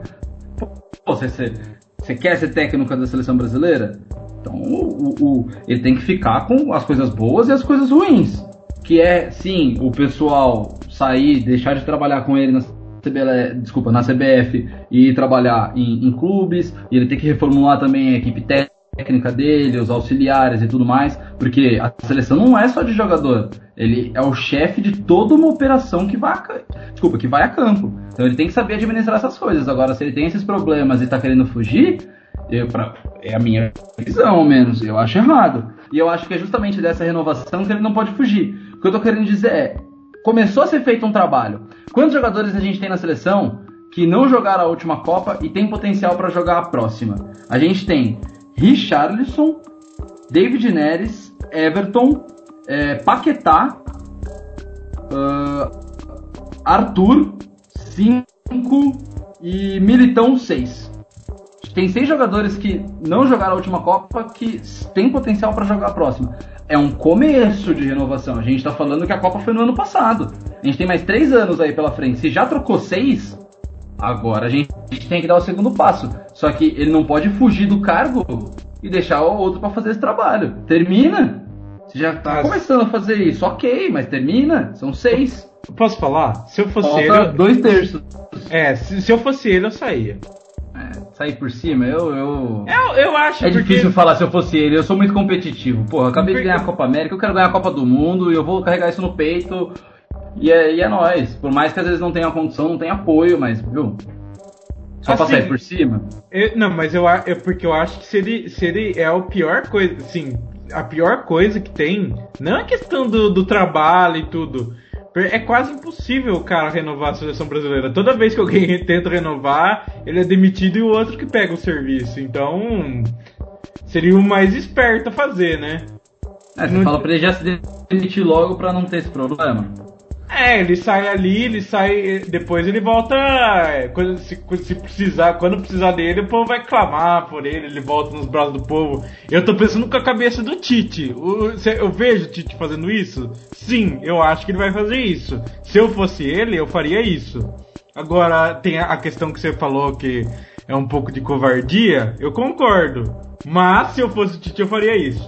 Você quer ser técnico da seleção brasileira? Então ele tem que ficar com as coisas boas e as coisas ruins. Que sim, o pessoal sair, deixar de trabalhar com ele na CBF e trabalhar em clubes, e ele tem que reformular também a equipe técnica dele, os auxiliares e tudo mais. Porque a seleção não é só de jogador. Ele é o chefe de toda uma operação que vai a campo. Então ele tem que saber administrar essas coisas. Agora, se ele tem esses problemas e tá querendo fugir, é a minha visão, ao menos. Eu acho errado. E eu acho que é justamente dessa renovação que ele não pode fugir. O que eu tô querendo dizer é, começou a ser feito um trabalho. Quantos jogadores a gente tem na seleção que não jogaram a última Copa e tem potencial para jogar a próxima? A gente tem Richarlison, David Neres, Everton, Paquetá, Arthur, 5 e Militão, 6. Tem 6 jogadores que não jogaram a última Copa que tem potencial para jogar a próxima. É um começo de renovação. A gente está falando que a Copa foi no ano passado. A gente tem mais 3 anos aí pela frente. Se já trocou 6, agora a gente tem que dar o segundo passo. Só que ele não pode fugir do cargo e deixar o outro para fazer esse trabalho. Termina. Você já tá começando a fazer isso. Ok, mas termina. São 6. Posso falar? Se eu fosse Falta ele... 2/3. Se eu fosse ele, eu saía. Sair por cima, eu acho É difícil falar se eu fosse ele, eu sou muito competitivo. Porra, acabei de ganhar a Copa América, eu quero ganhar a Copa do Mundo e eu vou carregar isso no peito. E é nóis. Por mais que às vezes não tenha condição, não tenha apoio, mas, viu? Só pra sair por cima? Não, mas porque eu acho que se ele é a pior coisa, assim, a pior coisa que tem, não é questão do trabalho e tudo. É quase impossível o cara renovar a seleção brasileira. Toda vez que alguém tenta renovar, ele é demitido e o outro que pega o serviço. Então, seria o mais esperto a fazer, né? Você fala pra ele já se demitir logo pra não ter esse problema. Ele sai ali, depois ele volta, se precisar, quando precisar dele, o povo vai clamar por ele volta nos braços do povo. Eu tô pensando com a cabeça do Tite. Eu vejo o Tite fazendo isso? Sim, eu acho que ele vai fazer isso. Se eu fosse ele, eu faria isso. Agora, tem a questão que você falou que é um pouco de covardia, eu concordo. Mas, se eu fosse o Tite, eu faria isso.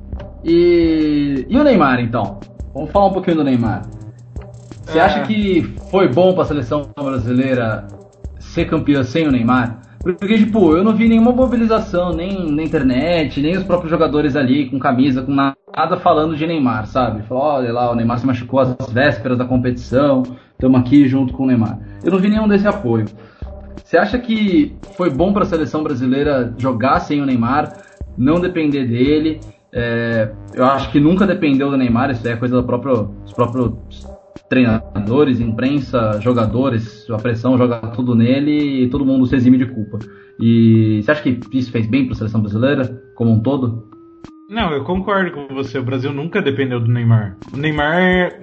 E o Neymar, então? Vamos falar um pouquinho do Neymar. Você acha que foi bom pra seleção brasileira ser campeã sem o Neymar? Porque, tipo, eu não vi nenhuma mobilização, nem na internet, nem os próprios jogadores ali com camisa, com nada falando de Neymar, sabe? Falou, olha lá, o Neymar se machucou às vésperas da competição, estamos aqui junto com o Neymar. Eu não vi nenhum desse apoio. Você acha que foi bom pra seleção brasileira jogar sem o Neymar, não depender dele? Eu acho que nunca dependeu do Neymar, isso é coisa dos próprios treinadores, imprensa, jogadores, a pressão joga tudo nele e todo mundo se exime de culpa. E você acha que isso fez bem para a seleção brasileira como um todo? Não, eu concordo com você. O Brasil nunca dependeu do Neymar. O Neymar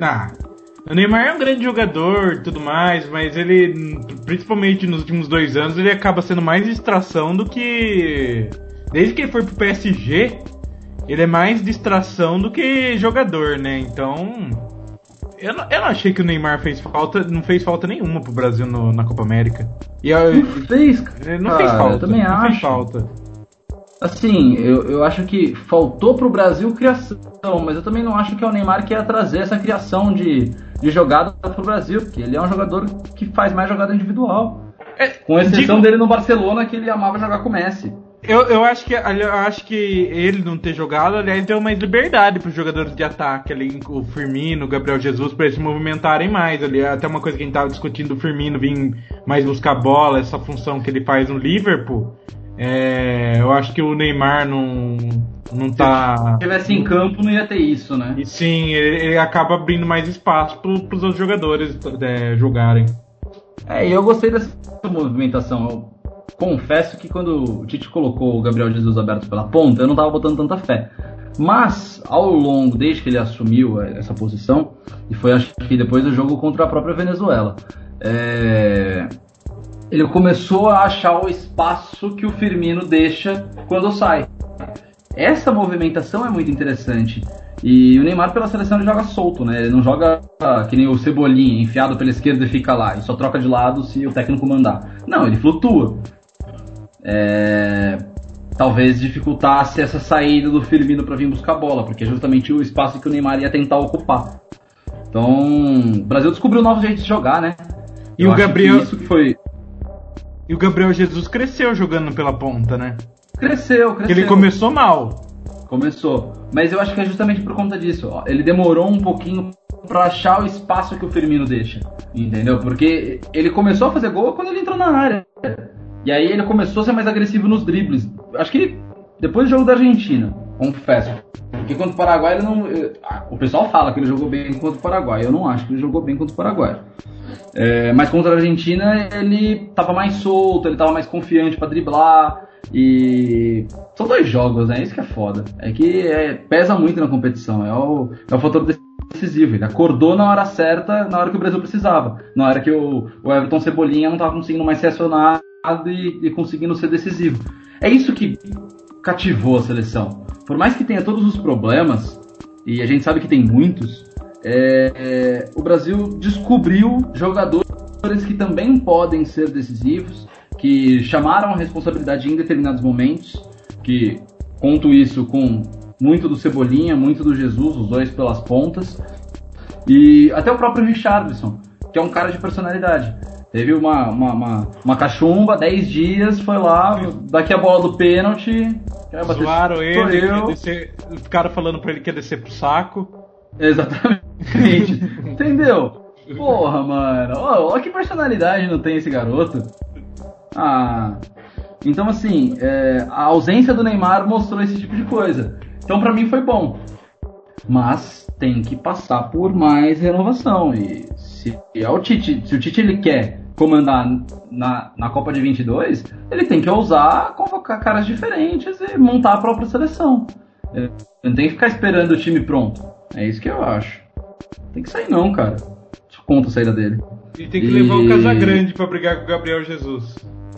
é um grande jogador e tudo mais, mas ele, principalmente nos últimos 2 anos, ele acaba sendo mais distração do que... Desde que ele foi pro PSG, ele é mais distração do que jogador, né? Então... Eu não achei que o Neymar não fez falta nenhuma pro Brasil na Copa América. Não fez, cara. Não fez falta. Eu também acho. Fez falta. Assim, eu acho que faltou pro Brasil criação, mas eu também não acho que é o Neymar que ia trazer essa criação de jogada pro Brasil, porque ele é um jogador que faz mais jogada individual. Com exceção dele no Barcelona, que ele amava jogar com o Messi. Eu acho que ele não ter jogado, aliás, deu mais liberdade para os jogadores de ataque ali, o Firmino, o Gabriel Jesus, para eles se movimentarem mais ali. Até uma coisa que a gente estava discutindo, o Firmino vir mais buscar bola, essa função que ele faz no Liverpool. Eu acho que o Neymar não tá... Se estivesse em campo, não ia ter isso, né? E sim, ele acaba abrindo mais espaço para os outros jogadores jogarem. E eu gostei dessa movimentação. Eu confesso que quando o Tite colocou o Gabriel Jesus aberto pela ponta, eu não estava botando tanta fé. Mas, ao longo, desde que ele assumiu essa posição, e foi acho que depois do jogo contra a própria Venezuela, ele começou a achar o espaço que o Firmino deixa quando sai. Essa movimentação é muito interessante. E o Neymar pela seleção ele joga solto, né? Ele não joga que nem o Cebolinha, enfiado pela esquerda e fica lá. E só troca de lado se o técnico mandar. Não, ele flutua. Talvez dificultasse essa saída do Firmino para vir buscar a bola, porque é justamente o espaço que o Neymar ia tentar ocupar. Então, o Brasil descobriu novos jeitos de jogar, né? E o Gabriel... Isso que foi... E o Gabriel Jesus cresceu jogando pela ponta, né? Cresceu. Ele começou mal. Começou. Mas eu acho que é justamente por conta disso. Ó. Ele demorou um pouquinho pra achar o espaço que o Firmino deixa, entendeu? Porque ele começou a fazer gol quando ele entrou na área. E aí ele começou a ser mais agressivo nos dribles. Acho que depois do jogo da Argentina, confesso. Porque contra o Paraguai ele não... O pessoal fala que ele jogou bem contra o Paraguai. Eu não acho que ele jogou bem contra o Paraguai. Mas contra a Argentina ele tava mais solto, ele tava mais confiante pra driblar. E são 2 jogos, né? Isso que é foda. É que pesa muito na competição. É o fator decisivo. Ele acordou na hora certa, na hora que o Brasil precisava. Na hora que o Everton Cebolinha não tava conseguindo mais ser acionado e conseguindo ser decisivo. É isso que cativou a seleção. Por mais que tenha todos os problemas, e a gente sabe que tem muitos, o Brasil descobriu jogadores que também podem ser decisivos, que chamaram a responsabilidade em determinados momentos, que conto isso com muito do Cebolinha, muito do Jesus, os 2 pelas pontas, e até o próprio Richarlison, que é um cara de personalidade. Teve uma cachumba, 10 dias, foi lá, daqui a bola do pênalti... Zoaram ele, ficaram falando pra ele que ia descer pro saco. Exatamente. Entendeu? Porra, mano. Olha que personalidade não tem esse garoto. Então assim, a ausência do Neymar mostrou esse tipo de coisa. Então pra mim foi bom. Mas tem que passar por mais renovação. E se o Tite ele quer comandar na Copa de 22, ele tem que ousar convocar caras diferentes e montar a própria seleção. Ele não tem que ficar esperando o time pronto. É isso que eu acho. Tem que sair não, cara. Conta a saída dele. E tem que levar o Casagrande pra brigar com o Gabriel Jesus.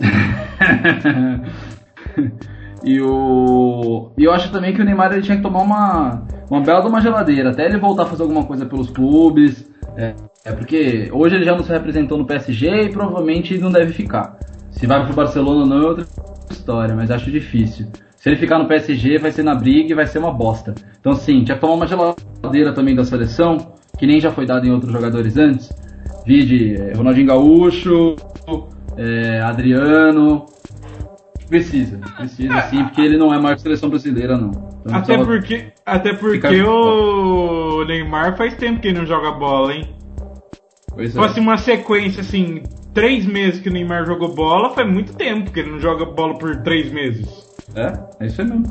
E eu acho também que o Neymar ele tinha que tomar uma bela de uma geladeira, até ele voltar a fazer alguma coisa pelos clubes. Porque hoje ele já não se representou no PSG e provavelmente não deve ficar. Se vai pro Barcelona ou não é outra história, mas acho difícil. Se ele ficar no PSG vai ser na briga e vai ser uma bosta. Então assim, tinha que tomar uma geladeira também da seleção, que nem já foi dado em outros jogadores antes. Vide Ronaldinho Gaúcho, Adriano. Precisa sim, porque ele não é maior que a seleção brasileira, não. Então, até porque o Neymar faz tempo que ele não joga bola, hein? Pois Se fosse uma sequência, assim, 3 meses que o Neymar jogou bola, faz muito tempo que ele não joga bola por 3 meses. É isso aí mesmo.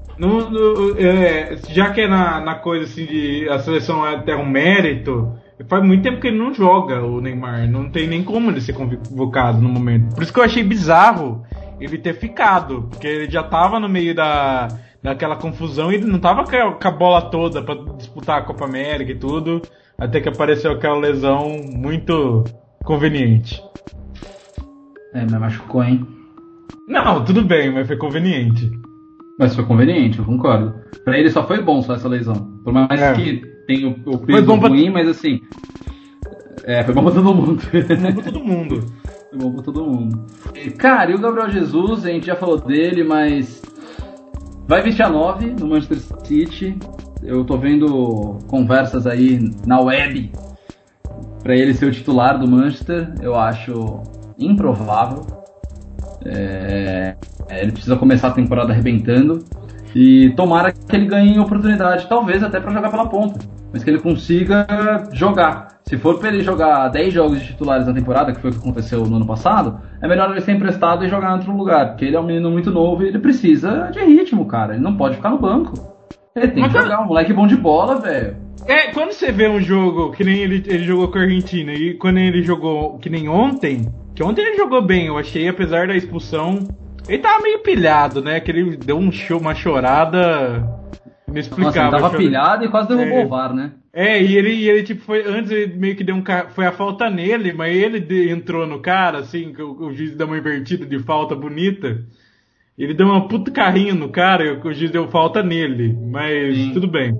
Já que é na coisa assim de a seleção é até um mérito, faz muito tempo que ele não joga, o Neymar. Não tem nem como ele ser convocado no momento. Por isso que eu achei bizarro ele ter ficado, porque ele já tava no meio daquela confusão e ele não tava com a bola toda pra disputar a Copa América e tudo, até que apareceu aquela lesão muito conveniente. Mas machucou, hein? Não, tudo bem, mas foi conveniente. Mas foi conveniente, eu concordo. Pra ele só foi bom só essa lesão. Por mais que tenha o peso ruim, mas assim... foi bom pra todo mundo. Foi bom pra todo mundo. Foi bom pra todo mundo. Cara, e o Gabriel Jesus, a gente já falou dele, mas... vai vestir a 9 no Manchester City. Eu tô vendo conversas aí na web pra ele ser o titular do Manchester. Eu acho improvável. Ele precisa começar a temporada arrebentando e tomara que ele ganhe oportunidade, talvez até para jogar pela ponta, mas que ele consiga jogar. Se for para ele jogar 10 jogos de titulares na temporada, que foi o que aconteceu no ano passado, é melhor ele ser emprestado e jogar em outro lugar, porque ele é um menino muito novo e ele precisa de ritmo, cara. Ele não pode ficar no banco. Ele tem que jogar, um moleque bom de bola, velho. Quando você vê um jogo que nem ele jogou com a Argentina e quando ele jogou que nem ontem, que ontem ele jogou bem, eu achei, apesar da expulsão, ele tava meio pilhado, né? Que ele deu uma chorada inexplicável. Nossa, ele tava pilhado e quase derrubou o VAR, né? E ele tipo, antes ele meio que deu foi a falta nele, mas ele entrou no cara, assim, que o juiz deu uma invertida de falta bonita. Ele deu uma puta carrinho no cara e o juiz deu falta nele, mas sim, tudo bem.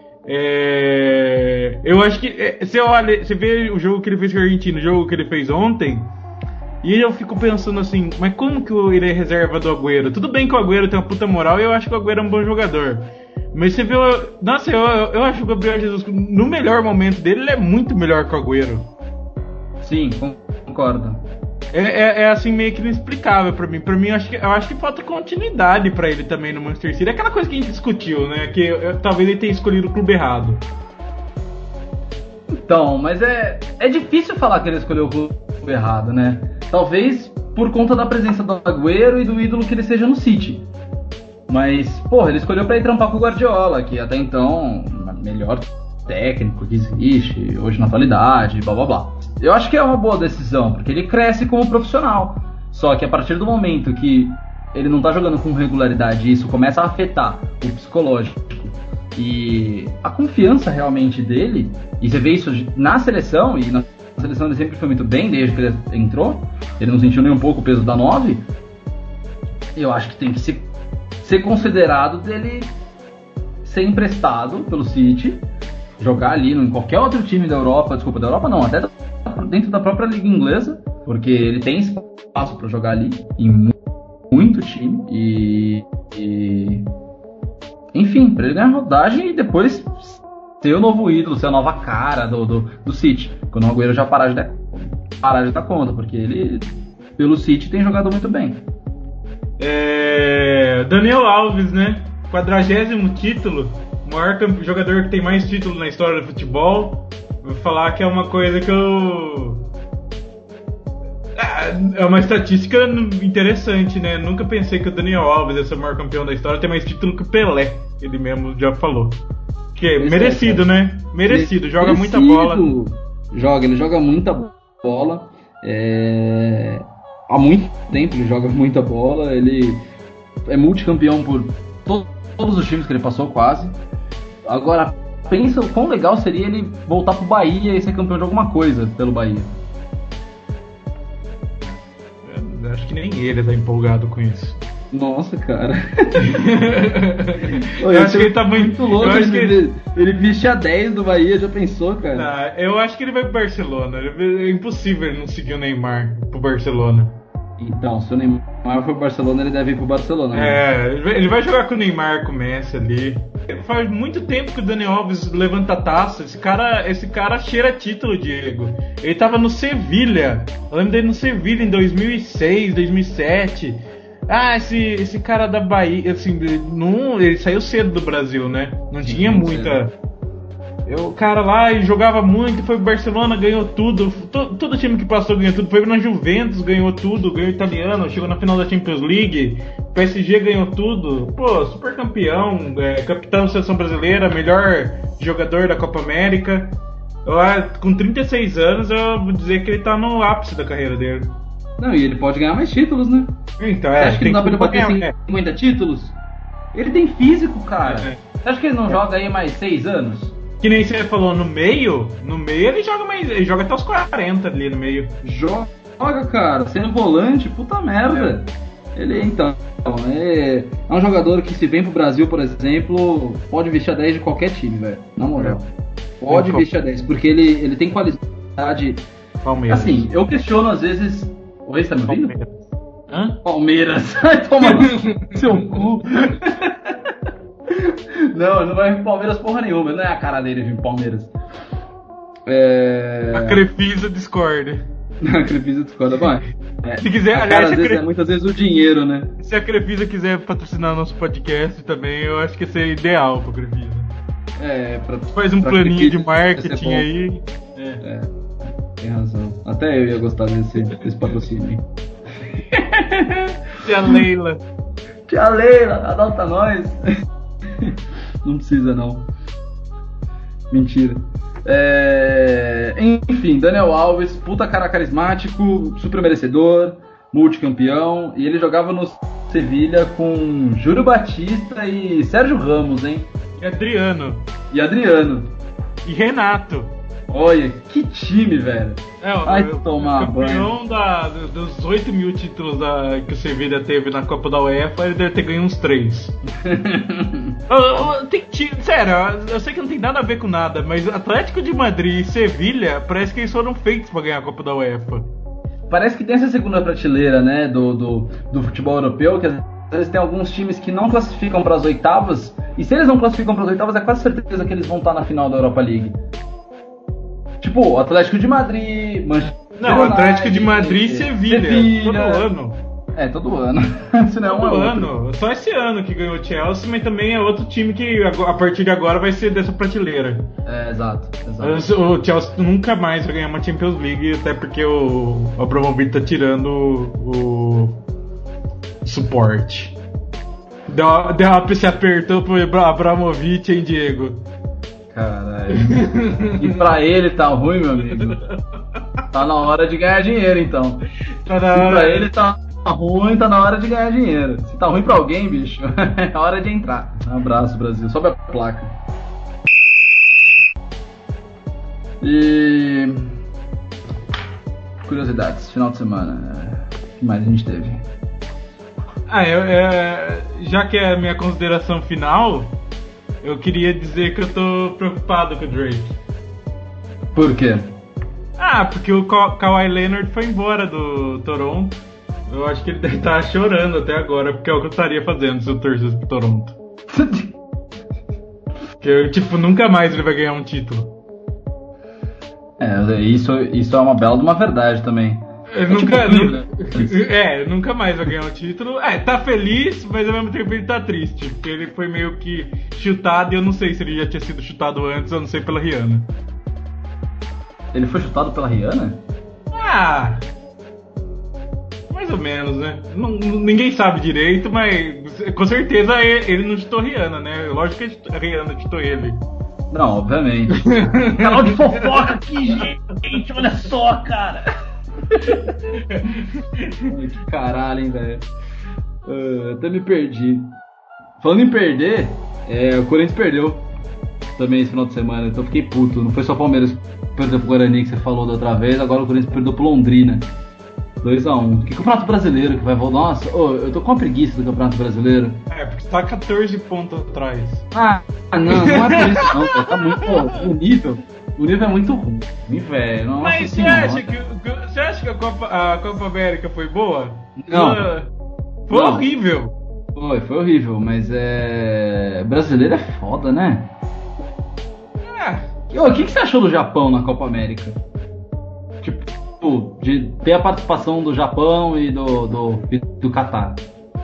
Eu acho que você vê o jogo que ele fez com a Argentina, o jogo que ele fez ontem, e eu fico pensando assim, mas como que ele é reserva do Agüero? Tudo bem que o Agüero tem uma puta moral e eu acho que o Agüero é um bom jogador, mas você vê, nossa, eu acho que o Gabriel Jesus, no melhor momento dele, ele é muito melhor que o Agüero. Sim, concordo. É assim meio que inexplicável pra mim. Pra mim, eu acho que falta continuidade pra ele também no Manchester City. É aquela coisa que a gente discutiu, né? Que talvez ele tenha escolhido o clube errado. Então, mas é difícil falar que ele escolheu o clube errado, né? Talvez por conta da presença do Agüero e do ídolo que ele seja no City. Mas, porra, ele escolheu pra ir trampar com o Guardiola, que até então, o melhor técnico que existe hoje na atualidade, blá blá blá. Eu acho que é uma boa decisão, porque ele cresce como profissional. Só que a partir do momento que ele não tá jogando com regularidade e isso começa a afetar o psicológico e a confiança realmente dele, e você vê isso na seleção, e na seleção ele sempre foi muito bem desde que ele entrou, ele não sentiu nem um pouco o peso da 9, eu acho que tem que ser considerado dele ser emprestado pelo City, jogar ali em qualquer outro time da Europa, até dentro da própria liga inglesa, porque ele tem espaço para jogar ali em muito time e enfim, para ele ganhar rodagem e depois ser o novo ídolo, ser a nova cara do City, quando o Agüero já parar de dar conta, porque ele pelo City tem jogado muito bem. Daniel Alves, né? 40º título, o maior jogador que tem mais títulos na história do futebol. Vou falar que é uma coisa que é uma estatística interessante, né? Nunca pensei que o Daniel Alves ia ser o maior campeão da história, tem mais título que o Pelé, ele mesmo já falou. Que é merecido, né? Merecido, joga muita bola. Ele joga muita bola. Há muito tempo ele joga muita bola. Ele é multicampeão por todos os times que ele passou, quase. Agora, pensa o quão legal seria ele voltar pro Bahia e ser campeão de alguma coisa pelo Bahia. Acho que nem ele tá empolgado com isso. Nossa, cara. Eu acho que ele tá muito louco. Ele veste a 10 do Bahia, já pensou, cara? Eu acho que ele vai pro Barcelona. É impossível ele não seguir o Neymar pro Barcelona. Então, se o Neymar for pro Barcelona, ele deve ir pro Barcelona. Né? Ele vai jogar com o Neymar, com o Messi ali. Faz muito tempo que o Daniel Alves levanta a taça. Esse cara cheira título, Diego. Ele tava no Sevilha. Eu lembro dele no Sevilha em 2006, 2007. Esse cara da Bahia, assim, ele saiu cedo do Brasil, né? Não tinha muita... O cara lá e jogava muito, foi pro Barcelona, ganhou tudo. Todo time que passou ganhou tudo. Foi na Juventus, ganhou tudo, ganhou italiano, chegou na final da Champions League. PSG ganhou tudo. Pô, super campeão, capitão da seleção brasileira, melhor jogador da Copa América. Com 36 anos, eu vou dizer que ele tá no ápice da carreira dele. Não, e ele pode ganhar mais títulos, né? Então, você acha que não dá pra ele bater 50 títulos? Ele tem físico, cara. Você acha que ele não joga aí mais 6 anos? Que nem você falou, no meio ele joga mais. Ele joga até os 40 ali no meio. Joga, cara, sendo volante, puta merda. Ele, então, é um jogador que, se vem pro Brasil, por exemplo, pode vestir a 10 de qualquer time, velho. Na moral. Pode vestir a 10, porque ele tem qualidade. Palmeiras. Assim, eu questiono às vezes. Oi, você tá me ouvindo? Hã? Palmeiras. Vai tomar no seu cu. Não vai vir Palmeiras porra nenhuma. Não é a cara dele vir Palmeiras. A Crefisa discorda. A Crefisa discorda. Bom, se quiser, aliás, muitas vezes o dinheiro, né? Se a Crefisa quiser patrocinar nosso podcast também, eu acho que esse é ideal pra Crefisa. Faz um planinho de marketing aí. Tem razão. Até eu ia gostar desse patrocínio. Tia Leila, adota nós. Não precisa, não. Mentira. Enfim, Daniel Alves, puta cara carismático, super merecedor, multicampeão. E ele jogava no Sevilha com Júlio Batista e Sérgio Ramos, hein? E Adriano. E Renato. Olha, que time, velho. Vai tomar banho. Campeão dos 8 mil títulos que o Sevilha teve na Copa da UEFA, ele deve ter ganho uns 3. Sério, eu sei que não tem nada a ver com nada, mas Atlético de Madrid e Sevilha, parece que eles foram feitos pra ganhar a Copa da UEFA. Parece que tem essa segunda prateleira, né, do futebol europeu, que às vezes tem alguns times que não classificam para as oitavas, e se eles não classificam para as oitavas, é quase certeza que eles vão estar na final da Europa League. Tipo, Atlético de Madrid, Manchester Não, Atlético de Madrid e Sevilha. Todo ano. Todo ano. Se não, todo ano. Só esse ano que ganhou o Chelsea, mas também é outro time que a partir de agora vai ser dessa prateleira. Exato. O Chelsea nunca mais vai ganhar uma Champions League, até porque o Abramovich tá tirando o suporte. Se apertou pro Abramovich, hein, Diego? Caralho. E pra ele tá ruim, meu amigo. Tá na hora de ganhar dinheiro, então. Pra ele tá ruim, tá na hora de ganhar dinheiro. Se tá ruim pra alguém, bicho, é hora de entrar. Um abraço, Brasil. Sobe a placa. E... curiosidades, final de semana. O que mais a gente teve? Já que é a minha consideração final, eu queria dizer que eu tô preocupado com o Drake. Por quê? Porque o Kawhi Leonard foi embora do Toronto. Eu acho que ele deve estar chorando até agora, porque é o que eu estaria fazendo se eu torcesse pro Toronto. Porque, nunca mais ele vai ganhar um título. Isso é uma bela de uma verdade também. Nunca mais vai ganhar um título. Tá feliz, mas ao mesmo tempo ele tá triste. Porque ele foi meio que chutado e eu não sei se ele já tinha sido chutado antes, eu não sei, pela Rihanna. Ele foi chutado pela Rihanna? Mais ou menos, né? Ninguém sabe direito, mas com certeza ele não chutou a Rihanna, né? Lógico que a Rihanna chutou ele. Não, obviamente. Canal de fofoca aqui, gente, olha só, cara. Que caralho, hein, velho. Até me perdi. Falando em perder, o Corinthians perdeu também esse final de semana, então eu fiquei puto. Não foi só o Palmeiras que perdeu pro Guarani, que você falou da outra vez, agora o Corinthians perdeu pro Londrina. 2-1. Que Campeonato Brasileiro que vai voltar? Nossa, eu tô com uma preguiça do Campeonato Brasileiro. Porque tá 14 pontos atrás. Não é por isso não, tá muito... O nível é muito ruim, velho. Nossa, mas você acha que a Copa América foi boa? Não. Foi horrível. Foi horrível, mas brasileiro é foda, né? O que você achou do Japão na Copa América? De ter a participação do Japão e do Catar.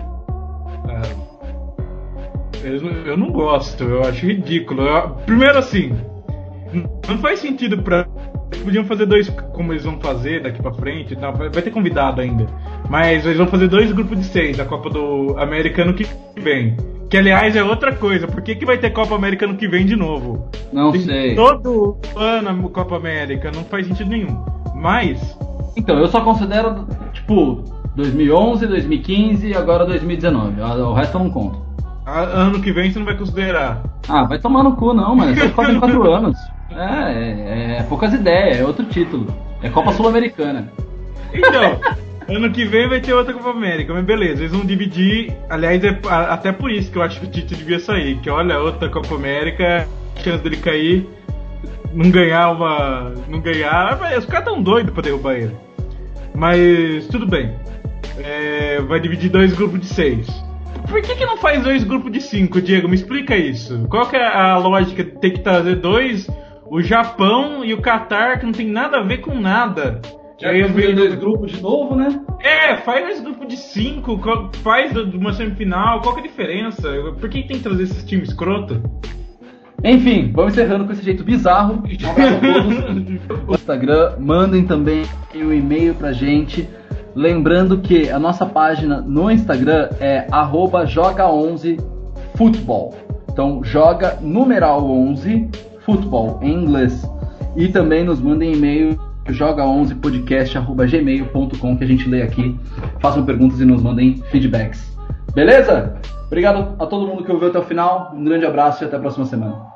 Eu não gosto, eu acho ridículo. Primeiro assim, não faz sentido podiam fazer dois, como eles vão fazer daqui pra frente, tá? Vai ter convidado ainda. Mas eles vão fazer 2 grupos de 6 da Copa do Americano que vem. Que aliás é outra coisa, por que vai ter Copa América ano que vem de novo? Não sei. Todo ano a Copa América, não faz sentido nenhum. Mas... então, eu só considero, 2011, 2015 e agora 2019. O resto eu não conto. Ano que vem você não vai considerar. Vai tomar no cu não, mano. Só fazem 4 anos. É poucas ideias, é outro título. É Copa Sul-Americana. Então, ano que vem vai ter outra Copa América, mas beleza, eles vão dividir. Aliás, até por isso que eu acho que o Tite devia sair. Que olha, outra Copa América, a chance dele cair... Não ganhar. Os caras tão doidos pra derrubar ele. Mas tudo bem. Vai dividir 2 grupos de 6. Por que não faz 2 grupos de 5, Diego? Me explica isso. Qual que é a lógica de ter que trazer 2? O Japão e o Catar, que não tem nada a ver com nada. Já que fazer 2 grupos de novo, né? Faz 2 grupos de 5. Faz uma semifinal. Qual que é a diferença? Por que tem que trazer esses times escroto? Enfim, vamos encerrando com esse jeito bizarro. Um abraço a todos. No Instagram, mandem também um e-mail pra gente. Lembrando que a nossa página no Instagram é @joga11futebol. Então, joga numeral 11 futebol em inglês. E também nos mandem e-mail joga11podcast@gmail.com que a gente lê aqui. Façam perguntas e nos mandem feedbacks. Beleza? Obrigado a todo mundo que ouviu até o final. Um grande abraço e até a próxima semana.